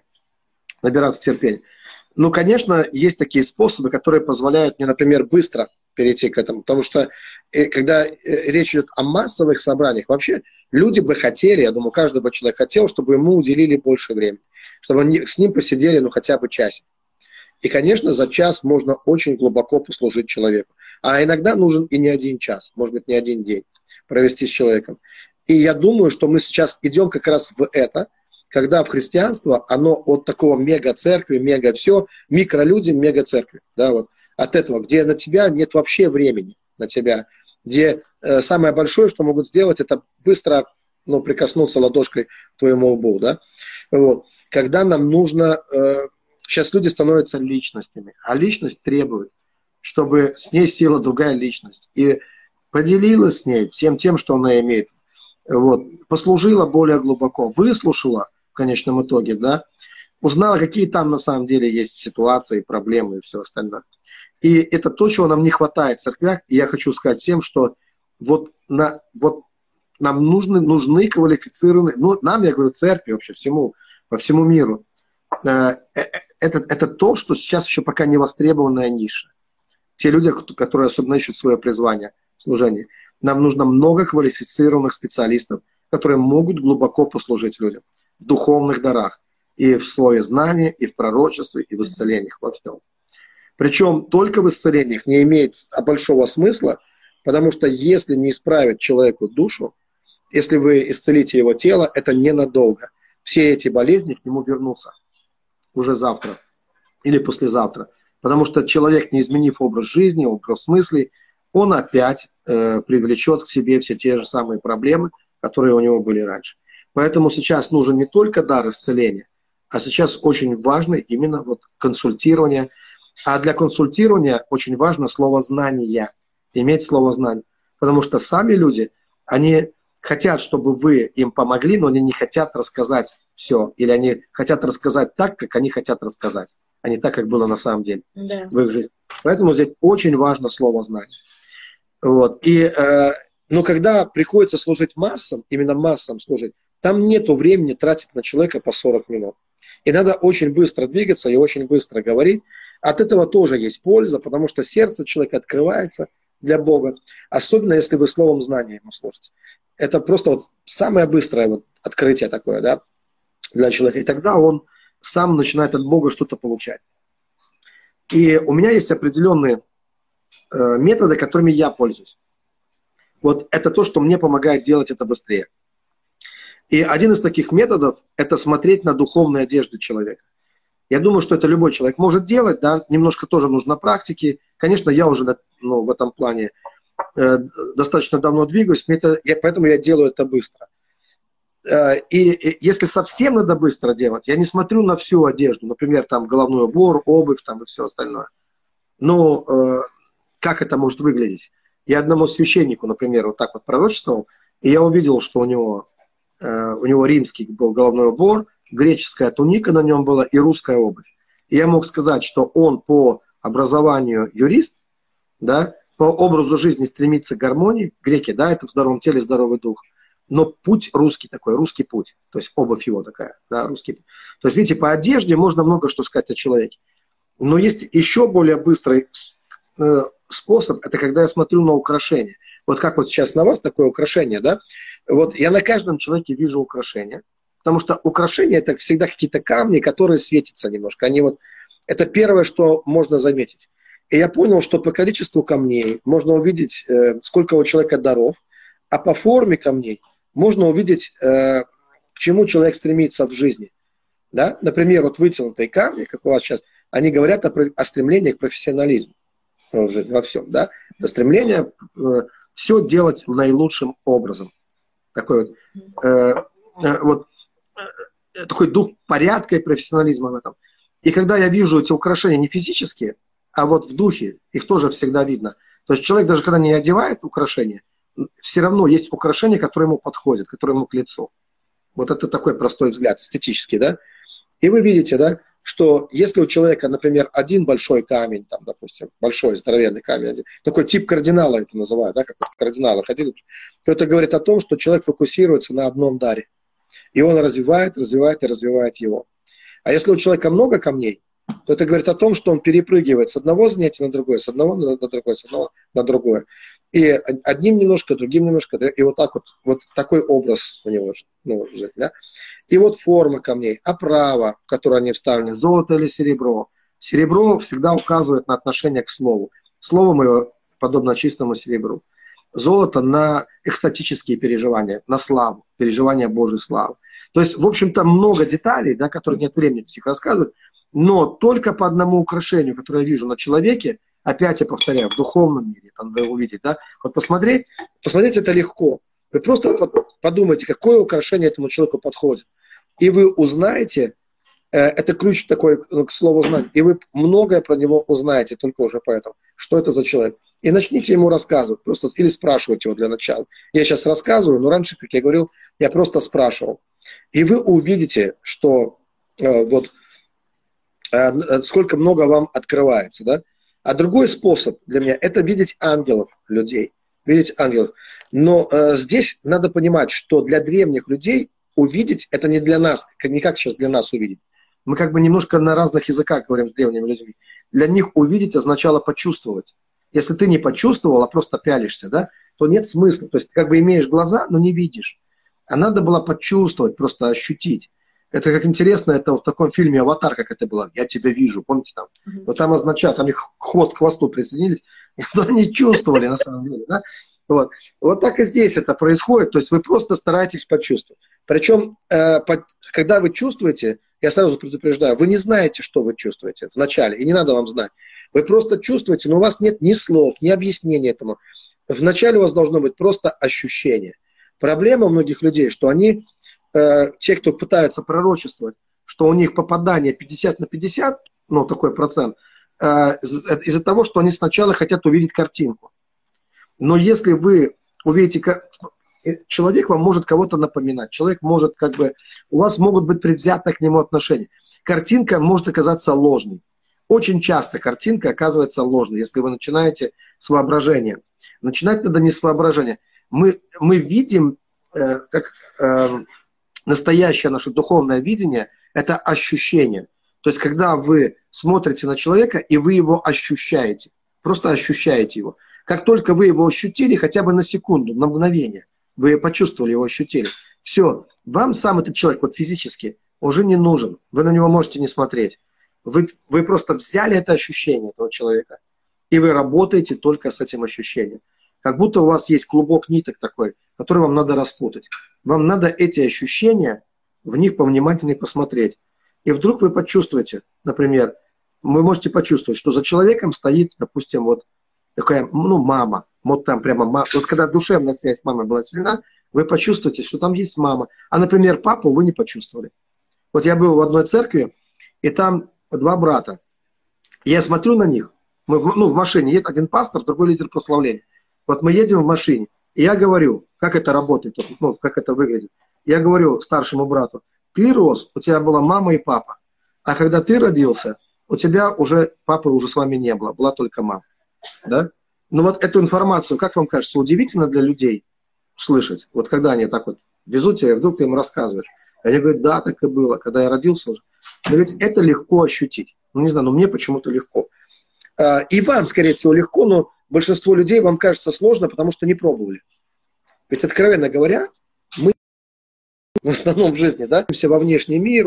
Ну, конечно, есть такие способы, которые позволяют мне, например, быстро перейти к этому. Потому что, когда речь идет о массовых собраниях, вообще люди бы хотели, я думаю, каждый бы человек хотел, чтобы ему уделили больше времени. Чтобы они с ним посидели, ну, хотя бы часик. И, конечно, за час можно очень глубоко послужить человеку. А иногда нужен и не один час, может быть, не один день провести с человеком. И я думаю, что мы сейчас идем как раз в это, когда в христианство, оно от такого мега-церкви, мега-все, микролюди, мега-церкви. Да, вот, от этого, где на тебя нет вообще времени, на тебя, где самое большое, что могут сделать, это быстро прикоснуться ладошкой к твоему лбу. Да? Вот. Когда нам нужно... сейчас люди становятся личностями, а личность требует, чтобы с ней села другая личность. И поделилась с ней всем тем, что она имеет. Вот. Послужила более глубоко, выслушала в конечном итоге, да, узнала, какие там на самом деле есть ситуации, проблемы и все остальное. И это то, чего нам не хватает в церквях. И я хочу сказать всем, что нам нужны квалифицированные, нам, я говорю, церкви вообще по всему миру. Это то, что сейчас еще пока не востребованная ниша. Те люди, которые особенно ищут свое призвание, служение. Нам нужно много квалифицированных специалистов, которые могут глубоко послужить людям в духовных дарах, и в слове знания, и в пророчестве, и в исцелениях, во всем. Причем только в исцелениях не имеет большого смысла, потому что если не исправить человеку душу, если вы исцелите его тело, это ненадолго. Все эти болезни к нему вернутся уже завтра или послезавтра. Потому что человек, не изменив образ жизни, образ мыслей, он опять привлечет к себе все те же самые проблемы, которые у него были раньше. Поэтому сейчас нужен не только дар исцеления, а сейчас очень важно именно консультирование. А для консультирования очень важно слово «знание», иметь слово «знание». Потому что сами люди, они хотят, чтобы вы им помогли, но они не хотят рассказать все. Или они хотят рассказать так, как они хотят рассказать, а не так, как было на самом деле в их жизни. Поэтому здесь очень важно слово «знание». Вот. Но когда приходится служить массам, именно массам служить, там нету времени тратить на человека по 40 минут. И надо очень быстро двигаться и очень быстро говорить. От этого тоже есть польза, потому что сердце человека открывается для Бога. Особенно, если вы словом знания ему служите. Это просто самое быстрое открытие такое, да, для человека. И тогда он сам начинает от Бога что-то получать. И у меня есть определенные методы, которыми я пользуюсь. Вот это то, что мне помогает делать это быстрее. И один из таких методов – это смотреть на духовные одежды человека. Я думаю, что это любой человек может делать, да, немножко тоже нужно практики. Конечно, я уже в этом плане достаточно давно двигаюсь, поэтому я делаю это быстро. И если совсем надо быстро делать, я не смотрю на всю одежду, например, там головной убор, обувь там, и все остальное. Но как это может выглядеть? Я одному священнику, например, вот так вот пророчествовал, и я увидел, что у него римский был головной убор, греческая туника на нем была и русская обувь. И я мог сказать, что он по образованию юрист, да, по образу жизни стремится к гармонии. Греки, да, это в здоровом теле здоровый дух. Но путь русский такой, русский путь. То есть обувь его такая, да, русский путь. То есть, видите, по одежде можно много что сказать о человеке. Но есть еще более быстрый способ, это когда я смотрю на украшения. Вот как вот сейчас на вас такое украшение, да? Вот я на каждом человеке вижу украшения. Потому что украшения это всегда какие-то камни, которые светятся немножко. Это первое, что можно заметить. И я понял, что по количеству камней можно увидеть, сколько у человека даров, а по форме камней можно увидеть, к чему человек стремится в жизни. Да? Например, вот вытянутые камни, как у вас сейчас, они говорят о стремлении к профессионализму во всем. Да? Это стремление все делать наилучшим образом. Такой такой дух порядка и профессионализма в этом. И когда я вижу эти украшения не физические, а вот в духе, их тоже всегда видно. То есть человек даже когда не одевает украшения, все равно есть украшения, которые ему подходят, которые ему к лицу. Вот это такой простой взгляд, эстетический, да. И вы видите, да, что если у человека, например, один большой камень, там, допустим, большой здоровенный камень, один, такой тип кардинала это называют, да, как вот кардиналы ходили, то это говорит о том, что человек фокусируется на одном даре. И он развивает, развивает и развивает его. А если у человека много камней, то это говорит о том, что он перепрыгивает с одного занятия на другое, с одного на другое, с одного на другое. И одним немножко, другим немножко, да, и вот так вот такой образ у него жить, да. И вот форма камней, оправа, в которую они вставлены, золото или серебро. Серебро всегда указывает на отношение к слову. Слово мое подобно чистому серебру. Золото на экстатические переживания, на славу, переживания Божьей славы. То есть, в общем-то, много деталей, да, которых нет времени всех рассказывать, но только по одному украшению, которое я вижу на человеке, опять я повторяю, в духовном мире, там вы увидите, да, вот посмотреть это легко. Вы просто подумайте, какое украшение этому человеку подходит. И вы узнаете, это ключ такой к слову знать, и вы многое про него узнаете только уже поэтому, что это за человек. И начните ему рассказывать, просто, или спрашивать его для начала. Я сейчас рассказываю, но раньше, как я говорил, я просто спрашивал. И вы увидите, что сколько много вам открывается, да? А другой способ для меня – это видеть ангелов людей. Видеть ангелов. Но здесь надо понимать, что для древних людей увидеть – это не для нас, не как сейчас для нас увидеть. Мы как бы немножко на разных языках говорим с древними людьми. Для них увидеть означало почувствовать. Если ты не почувствовал, а просто пялишься, да, то нет смысла. То есть как бы имеешь глаза, но не видишь. А надо было почувствовать, просто ощутить. Это как интересно, это в таком фильме «Аватар», как это было. «Я тебя вижу», помните там? Но там означает, там их хвост к хвосту присоединились, и они чувствовали на самом деле, да? Вот так и здесь это происходит, то есть вы просто стараетесь почувствовать. Причем, когда вы чувствуете, я сразу предупреждаю, вы не знаете, что вы чувствуете вначале, и не надо вам знать. Вы просто чувствуете, но у вас нет ни слов, ни объяснения этому. Вначале у вас должно быть просто ощущение. Проблема у многих людей, что они, те, кто пытаются пророчествовать, что у них попадание 50 на 50, ну такой процент, из-за того, что они сначала хотят увидеть картинку. Но если вы увидите, человек вам может кого-то напоминать, человек может как бы, у вас могут быть предвзятые к нему отношения. Картинка может оказаться ложной. Очень часто картинка оказывается ложной, если вы начинаете с воображения. Начинать надо не с воображения. Мы видим, как настоящее наше духовное видение, это ощущение. То есть, когда вы смотрите на человека, и вы его ощущаете, просто ощущаете его. Как только вы его ощутили, хотя бы на секунду, на мгновение, вы почувствовали его, ощутили, все, вам сам этот человек вот физически уже не нужен. Вы на него можете не смотреть. Вы просто взяли это ощущение этого человека, и вы работаете только с этим ощущением. Как будто у вас есть клубок ниток такой, который вам надо распутать. Вам надо эти ощущения, в них повнимательнее посмотреть. И вдруг вы почувствуете, например, вы можете почувствовать, что за человеком стоит, допустим, вот такая, ну, мама. Вот там прямо мама. Вот когда душевная связь с мамой была сильна, вы почувствуете, что там есть мама. А, например, папу вы не почувствовали. Вот я был в одной церкви, и там два брата. Я смотрю на них. Мы в машине есть один пастор, другой лидер прославления. Вот мы едем в машине, и я говорю, как это работает, ну, как это выглядит. Я говорю старшему брату, ты рос, у тебя была мама и папа. А когда ты родился, у тебя уже папы уже с вами не было, была только мама. Да? Но вот эту информацию, как вам кажется, удивительно для людей слышать? Вот когда они так вот везут тебя, и вдруг ты им рассказываешь. Они говорят, да, так и было, когда я родился уже. Но ведь это легко ощутить. Ну, не знаю, но мне почему-то легко. И вам, скорее всего, легко, но большинство людей вам кажется сложно, потому что не пробовали. Ведь, откровенно говоря, мы в основном в жизни, да, все во внешний мир,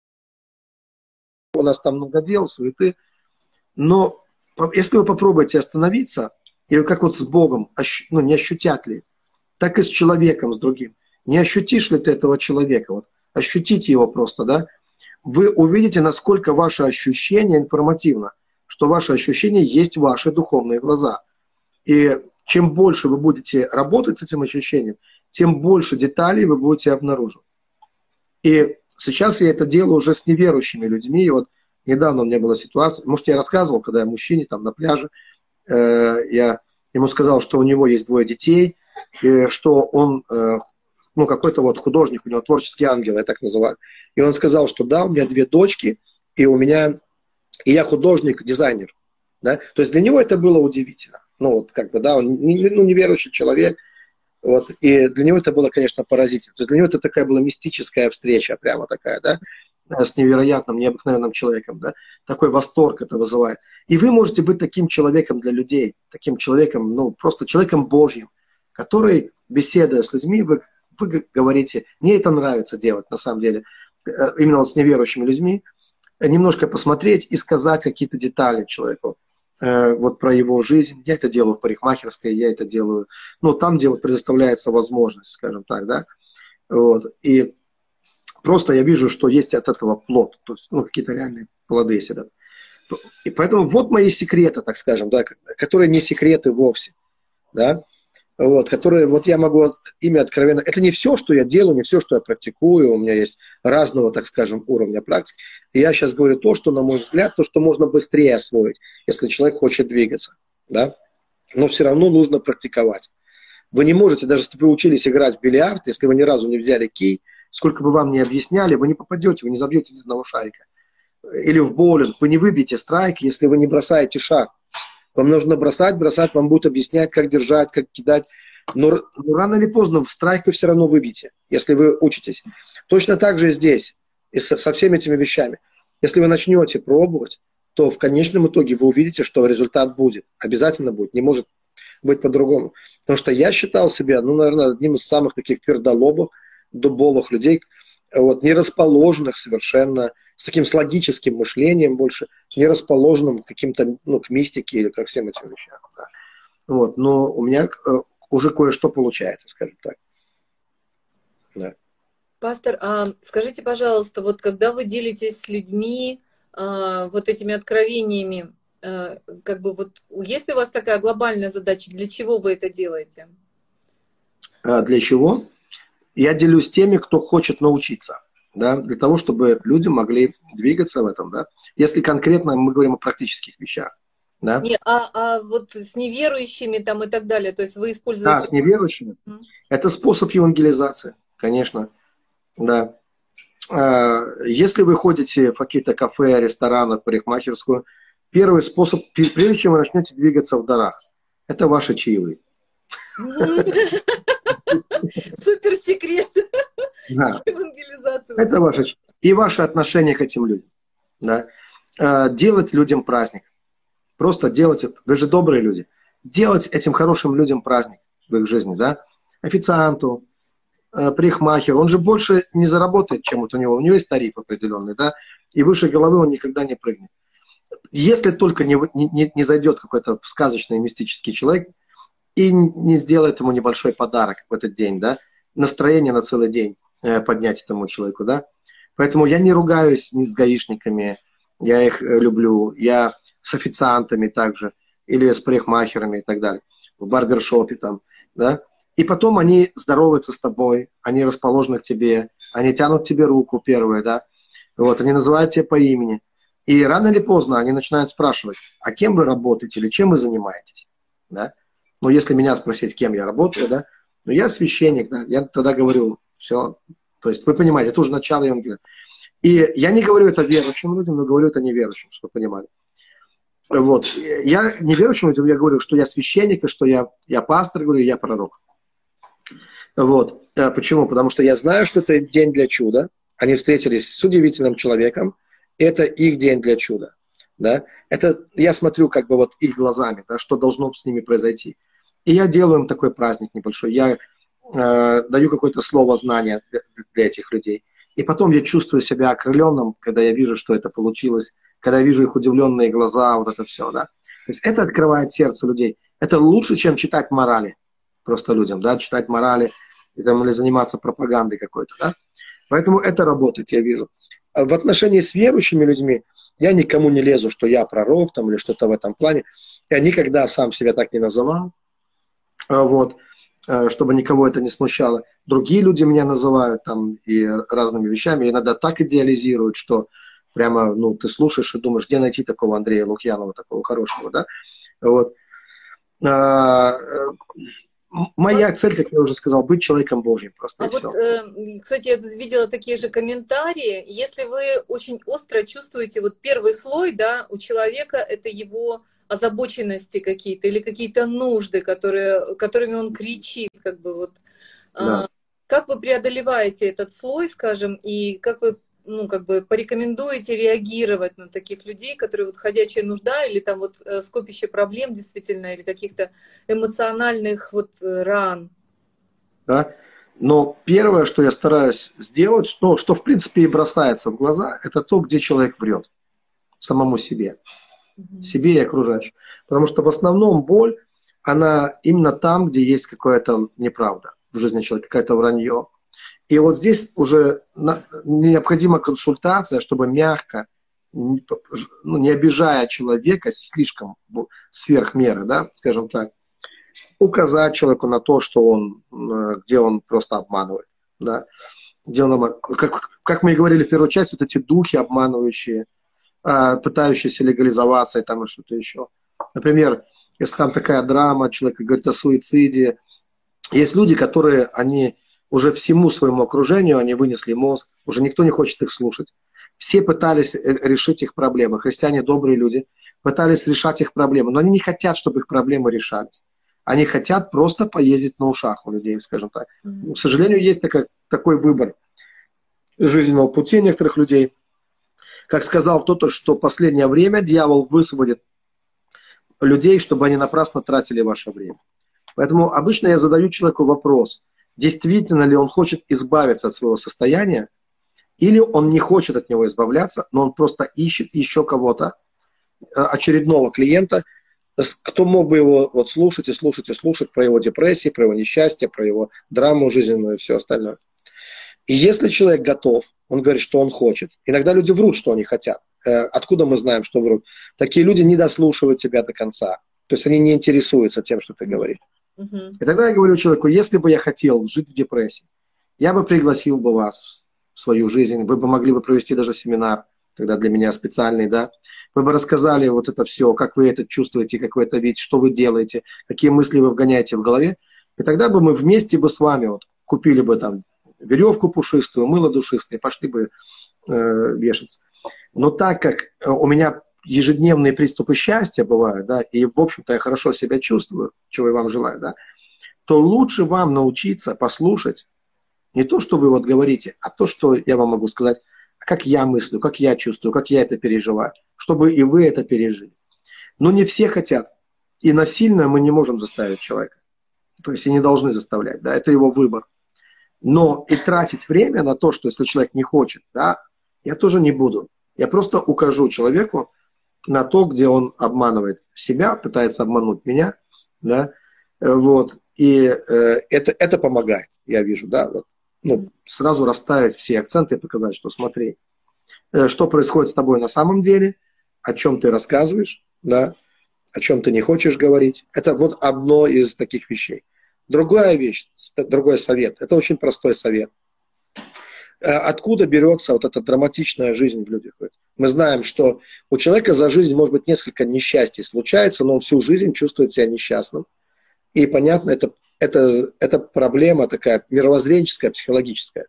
у нас там много дел, суеты. Но если вы попробуете остановиться, и как вот с Богом, ну, не ощутят ли, так и с человеком, с другим. Не ощутишь ли ты этого человека? Вот, ощутите его просто, да? Вы увидите, насколько ваше ощущение информативно, что ваше ощущение есть ваши духовные глаза. И чем больше вы будете работать с этим ощущением, тем больше деталей вы будете обнаруживать. И сейчас я это делаю уже с неверующими людьми. И вот недавно у меня была ситуация, может, я рассказывал, когда я мужчине там на пляже, я ему сказал, что у него есть 2 детей, что он, ну, какой-то вот художник, у него творческий ангел, я так называю. И он сказал, что да, у меня 2 дочки, и я художник-дизайнер. Да? То есть для него это было удивительно. Ну, вот как бы, да, он неверующий человек, вот, и для него это было, конечно, поразительно. То есть для него это такая была мистическая встреча, прямо такая, да, с невероятным, необыкновенным человеком, да, такой восторг это вызывает. И вы можете быть таким человеком для людей, таким человеком, ну, просто человеком Божьим, который, беседуя с людьми, вы говорите, мне это нравится делать, на самом деле, именно вот с неверующими людьми, немножко посмотреть и сказать какие-то детали человеку, вот про его жизнь. Я это делаю в парикмахерской, я это делаю, ну, там, где вот предоставляется возможность, скажем так, да, вот, и просто я вижу, что есть от этого плод, то есть, ну, какие-то реальные плоды сидят. И поэтому вот мои секреты, так скажем, да, которые не секреты вовсе, да, вот, которые, вот я могу ими откровенно, это не все, что я делаю, не все, что я практикую, у меня есть разного, так скажем, уровня практики. И я сейчас говорю то, что, на мой взгляд, то, что можно быстрее освоить, если человек хочет двигаться, да, но все равно нужно практиковать. Вы не можете, даже если вы учились играть в бильярд, если вы ни разу не взяли кий, сколько бы вам ни объясняли, вы не попадете, вы не забьете ни одного шарика. Или в боулинг, вы не выбьете страйк, если вы не бросаете шар. Вам нужно бросать, вам будут объяснять, как держать, как кидать. Но рано или поздно в страйк вы все равно выбьете, если вы учитесь. Точно так же здесь, и со всеми этими вещами. Если вы начнете пробовать, то в конечном итоге вы увидите, что результат будет. Обязательно будет, не может быть по-другому. Потому что я считал себя, ну, наверное, одним из самых таких твердолобых, дубовых людей, вот, не расположенных совершенно, с таким с логическим мышлением больше, не расположенным к каким-то, ну, к мистике или ко всем этим вещам. Да. Вот, но у меня уже кое-что получается, скажем так. Да. Пастор, а скажите, пожалуйста, вот когда вы делитесь с людьми вот этими откровениями, как бы вот есть ли у вас такая глобальная задача, для чего вы это делаете? Для чего? Я делюсь теми, кто хочет научиться, да, для того, чтобы люди могли двигаться в этом, да. Если конкретно мы говорим о практических вещах, да. Не, а вот с неверующими там и так далее, то есть вы используете... с неверующими. Это способ евангелизации, конечно, да. Если вы ходите в какие-то кафе, рестораны, парикмахерскую, первый способ, прежде чем вы начнете двигаться в дарах, это ваши чаевые. Супер секрет. Да. Евангелизацию. Это ваше. И ваше отношение к этим людям. Да. Делать людям праздник. Просто делать это. Вы же добрые люди. Делать этим хорошим людям праздник в их жизни. Да. Официанту, парикмахеру. Он же больше не заработает, чем вот у него. У него есть тариф определенный. Да. И выше головы он никогда не прыгнет. Если только не зайдет какой-то сказочный мистический человек и не сделает ему небольшой подарок в этот день, да, настроение на целый день поднять этому человеку, да. Поэтому я не ругаюсь ни с гаишниками, я их люблю, я с официантами также, или с парикмахерами и так далее, в барбершопе там, да. И потом они здороваются с тобой, они расположены к тебе, они тянут тебе руку первые, да, вот, они называют тебя по имени. И рано или поздно они начинают спрашивать, а кем вы работаете или чем вы занимаетесь, да. Ну, если меня спросить, кем я работаю, да, ну, я священник, да, я тогда говорю, все, то есть вы понимаете, это уже начало Евангелия. И я не говорю это верующим людям, но говорю это неверующим, чтобы вы понимали. Вот, я неверующим людям, я говорю, что я священник, и что я пастор, говорю, я пророк. Вот, почему? Потому что я знаю, что это день для чуда, они встретились с удивительным человеком, это их день для чуда, да, это я смотрю как бы вот их глазами, да, что должно с ними произойти. И я делаю им такой праздник небольшой. Я даю какое-то слово знания для этих людей. И потом я чувствую себя окрыленным, когда я вижу, что это получилось, когда я вижу их удивленные глаза, вот это все, да. То есть это открывает сердце людей. Это лучше, чем читать морали просто людям, да, читать морали или заниматься пропагандой какой-то, да. Поэтому это работает, я вижу. А в отношении с верующими людьми я никому не лезу, что я пророк там, или что-то в этом плане. Я никогда сам себя так не называл. Вот, чтобы никого это не смущало. Другие люди меня называют там и разными вещами, иногда так идеализируют, что прямо, ну, ты слушаешь и думаешь, где найти такого Андрея Лукьянова, такого хорошего, да? Вот. моя цель, как я уже сказал, быть человеком Божьим просто. А вот, кстати, я видела такие же комментарии. Если вы очень остро чувствуете вот первый слой, да, у человека это его озабоченности какие-то или какие-то нужды, которыми он кричит, как бы вот. Да. Как вы преодолеваете этот слой, скажем, и как вы, ну, как бы порекомендуете реагировать на таких людей, которые вот ходячая нужда или там вот скопище проблем действительно или каких-то эмоциональных вот ран? Да? Но первое, что я стараюсь сделать, что в принципе и бросается в глаза, это то, где человек врет самому себе. Себе и окружающим. Потому что в основном боль, она именно там, где есть какая-то неправда в жизни человека, какое-то вранье. И вот здесь уже необходима консультация, чтобы мягко, не обижая человека слишком сверх меры, да, скажем так, указать человеку на то, что где он просто обманывает. Да, где он, как мы и говорили в первой части, вот эти духи обманывающие, пытающиеся легализоваться и там и что-то еще. Например, если там такая драма, человек говорит о суициде, есть люди, которые, они уже всему своему окружению, они вынесли мозг, уже никто не хочет их слушать. Все пытались решить их проблемы. Христиане, добрые люди, пытались решать их проблемы, но они не хотят, чтобы их проблемы решались. Они хотят просто поездить на ушах у людей, скажем так. К сожалению, есть такой выбор жизненного пути некоторых людей. Как сказал кто-то, что в последнее время дьявол высвободит людей, чтобы они напрасно тратили ваше время. Поэтому обычно я задаю человеку вопрос, действительно ли он хочет избавиться от своего состояния, или он не хочет от него избавляться, но он просто ищет еще кого-то, очередного клиента, кто мог бы его вот слушать и слушать и слушать про его депрессии, про его несчастье, про его драму жизненную и все остальное. И если человек готов, он говорит, что он хочет. Иногда люди врут, что они хотят. Откуда мы знаем, что врут? Такие люди не дослушивают тебя до конца. То есть они не интересуются тем, что ты говоришь. И тогда я говорю человеку, если бы я хотел жить в депрессии, я бы пригласил бы вас в свою жизнь, вы бы могли бы провести даже семинар, тогда для меня специальный, да. Вы бы рассказали вот это все, как вы это чувствуете, как вы это видите, что вы делаете, какие мысли вы вгоняете в голове. И тогда бы мы вместе бы с вами вот купили бы там веревку пушистую, мыло душистое, пошли бы вешаться. Но так как у меня ежедневные приступы счастья бывают, да, и, в общем-то, я хорошо себя чувствую, чего я вам желаю, да, то лучше вам научиться послушать не то, что вы вот говорите, а то, что я вам могу сказать, как я мыслю, как я чувствую, как я это переживаю, чтобы и вы это пережили. Но не все хотят. И насильно мы не можем заставить человека. То есть и не должны заставлять, да, это его выбор. Но и тратить время на то, что если человек не хочет, да, я тоже не буду. Я просто укажу человеку на то, где он обманывает себя, пытается обмануть меня, да, вот, и это помогает, я вижу, да, вот, ну, сразу расставить все акценты и показать, что смотри, что происходит с тобой на самом деле, о чем ты рассказываешь, да, о чем ты не хочешь говорить, это вот одно из таких вещей. Другая вещь, другой совет, это очень простой совет. Откуда берется вот эта драматичная жизнь в людях? Мы знаем, что у человека за жизнь может быть несколько несчастий случается, но он всю жизнь чувствует себя несчастным. И понятно, это проблема такая мировоззренческая, психологическая.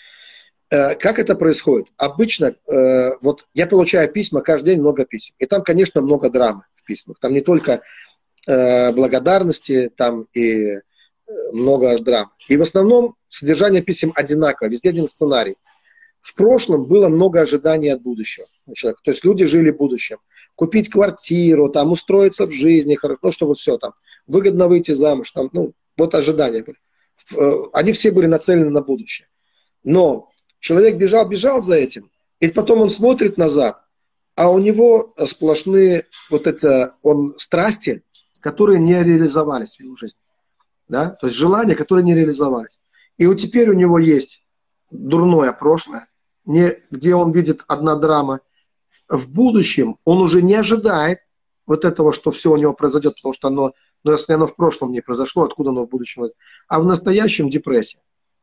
Как это происходит? Обычно, вот я получаю письма, каждый день много писем. И там, конечно, много драмы в письмах. Там не только благодарности, там и много драм. И в основном содержание писем одинаково, везде один сценарий. В прошлом было много ожиданий от будущего у человека. То есть люди жили будущим. Купить квартиру, там, устроиться в жизни, хорошо, ну, что вот все там. Выгодно выйти замуж, там, ну, вот ожидания были. Они все были нацелены на будущее. Но человек бежал за этим, и потом он смотрит назад, а у него сплошные вот это, страсти, которые не реализовались в его жизни. Да? То есть желания, которые не реализовались. И вот теперь у него есть дурное прошлое, где он видит одна драма. В будущем он уже не ожидает вот этого, что все у него произойдет, потому что оно, но если оно в прошлом не произошло, откуда оно в будущем? А в настоящем депрессия.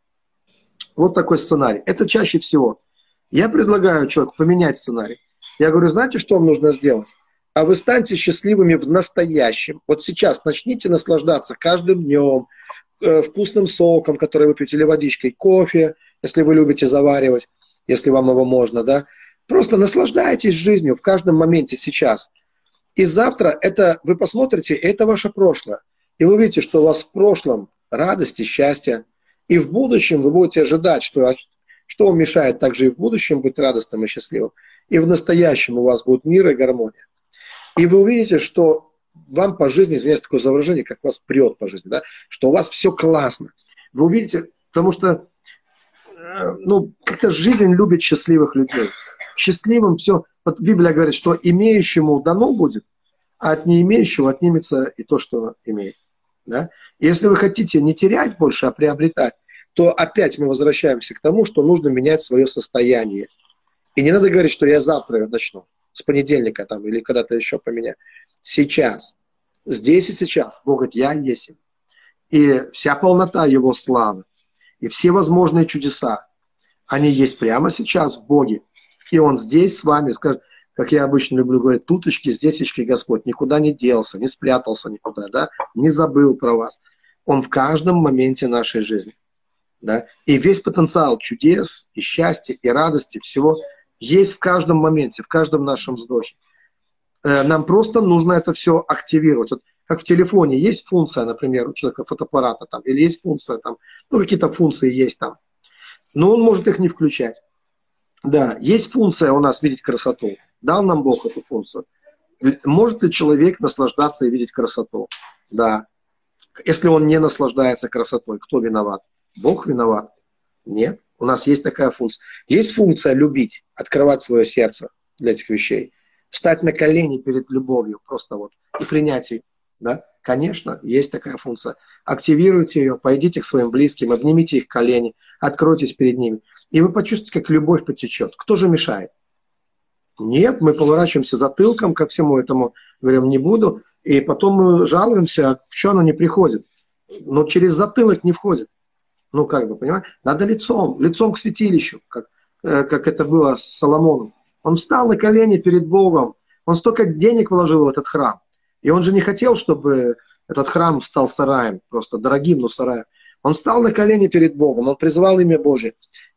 Вот такой сценарий. Это чаще всего. Я предлагаю человеку поменять сценарий. Я говорю, знаете, что вам нужно сделать? А вы станьте счастливыми в настоящем. Вот сейчас начните наслаждаться каждым днем, вкусным соком, который вы пьете, или водичкой, кофе, если вы любите заваривать, если вам его можно, да. Просто наслаждайтесь жизнью в каждом моменте сейчас. И завтра это, вы посмотрите, это ваше прошлое. И вы увидите, что у вас в прошлом радость и счастье. И в будущем вы будете ожидать, что вам мешает также и в будущем быть радостным и счастливым. И в настоящем у вас будет мир и гармония. И вы увидите, что вам по жизни, извиняюсь, такое изображение, как вас прет по жизни, да, что у вас все классно. Вы увидите, потому что как-то жизнь любит счастливых людей. Счастливым все. Вот Библия говорит, что имеющему дано будет, а от не имеющего отнимется и то, что имеет. Да? И если вы хотите не терять больше, а приобретать, то опять мы возвращаемся к тому, что нужно менять свое состояние. И не надо говорить, что я завтра начну, с понедельника там, или когда-то еще поменяю. Сейчас, здесь и сейчас, Бог говорит, я есть. И вся полнота Его славы, и все возможные чудеса, они есть прямо сейчас в Боге. И Он здесь с вами, скажет, как я обычно люблю говорить, туточки, здесечки Господь, никуда не делся, не спрятался никуда, да, не забыл про вас. Он в каждом моменте нашей жизни. Да? И весь потенциал чудес, и счастья, и радости, всего есть в каждом моменте, в каждом нашем вздохе. Нам просто нужно это все активировать. Вот как в телефоне есть функция, например, у человека фотоаппарата, там, или есть функция, там, какие-то функции есть там, но он может их не включать. Да, есть функция у нас видеть красоту. Дал нам Бог эту функцию. Может ли человек наслаждаться и видеть красоту? Да. Если он не наслаждается красотой, кто виноват? Бог виноват? Нет. У нас есть такая функция. Есть функция любить, открывать свое сердце для этих вещей. Встать на колени перед любовью, просто вот, и принять ее. Да? Конечно, есть такая функция. Активируйте ее, пойдите к своим близким, обнимите их колени, откройтесь перед ними. И вы почувствуете, как любовь потечет. Кто же мешает? Нет, мы поворачиваемся затылком ко всему этому, говорим, не буду, и потом мы жалуемся, что оно не приходит. Но через затылок не входит. Ну, как бы, понимаете? Надо лицом к святилищу, как это было с Соломоном. Он встал на колени перед Богом, он столько денег вложил в этот храм. И он же не хотел, чтобы этот храм стал сараем, просто дорогим, но сараем. Он встал на колени перед Богом, он призвал имя Божие.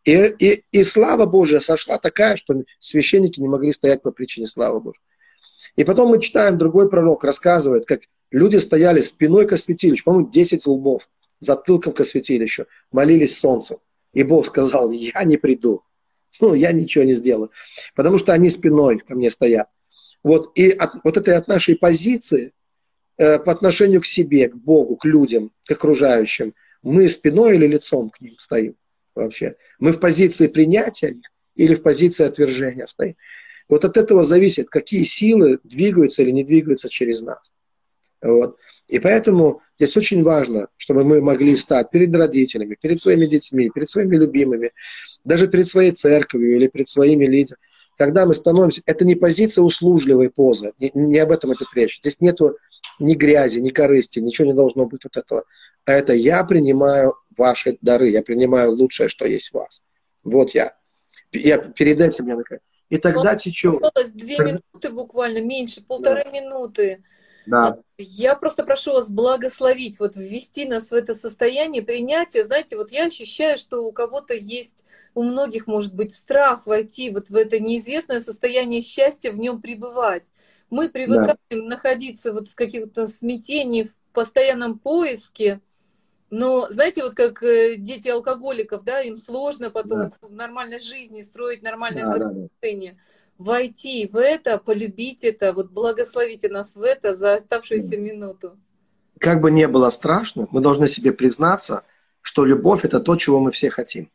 И слава Божия сошла такая, что священники не могли стоять по причине славы Божьей. И потом мы читаем, другой пророк рассказывает, как люди стояли спиной ко святилищу, по-моему, 10 лбов, затылком ко святилищу, молились солнцу. И Бог сказал, я не приду, я ничего не сделаю, потому что они спиной ко мне стоят. Вот, и от нашей позиции по отношению к себе, к Богу, к людям, к окружающим, мы спиной или лицом к ним стоим вообще? Мы в позиции принятия или в позиции отвержения стоим? Вот от этого зависит, какие силы двигаются или не двигаются через нас. Вот. И поэтому здесь очень важно, чтобы мы могли стать перед родителями, перед своими детьми, перед своими любимыми, даже перед своей церковью или перед своими лидерами. Когда мы становимся, это не позиция услужливой позы, не об этом идет речь. Здесь нету ни грязи, ни корысти, ничего не должно быть от этого. А это я принимаю ваши дары, я принимаю лучшее, что есть в вас. Вот я перед этим я наконец. И тогда течет. Осталось 2 минуты буквально, меньше, 1,5 минуты. Да. Я просто прошу вас благословить, вот ввести нас в это состояние принятия. Знаете, вот я ощущаю, что у кого-то есть, у многих может быть страх войти вот в это неизвестное состояние счастья, в нем пребывать. Мы привыкаем находиться вот в каких-то смятении, в постоянном поиске. Но, знаете, вот как дети алкоголиков, да, им сложно потом в нормальной жизни строить нормальные взаимоотношения. Войти в это, полюбить это, вот благословите нас в это за оставшуюся минуту. Как бы не было страшно, мы должны себе признаться, что любовь – это то, чего мы все хотим.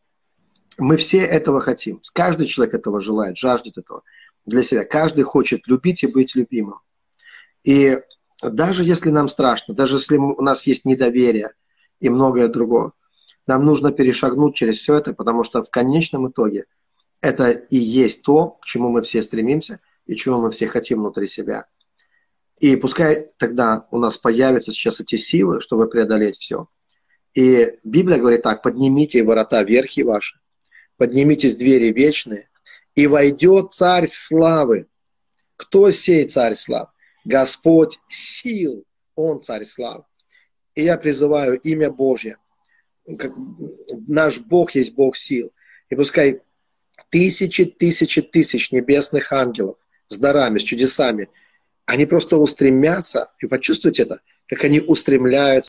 Мы все этого хотим. Каждый человек этого желает, жаждет этого для себя. Каждый хочет любить и быть любимым. И даже если нам страшно, даже если у нас есть недоверие и многое другое, нам нужно перешагнуть через все это, потому что в конечном итоге это и есть то, к чему мы все стремимся и чего мы все хотим внутри себя. И пускай тогда у нас появятся сейчас эти силы, чтобы преодолеть все. И Библия говорит так: поднимите ворота верхи ваши, поднимитесь двери вечные, и войдет Царь славы. Кто сей Царь славы? Господь сил, Он Царь славы. И я призываю имя Божье. Наш Бог есть Бог сил. И пускай тысячи тысяч небесных ангелов с дарами, с чудесами, они просто устремятся, и почувствуйте это, как они устремляются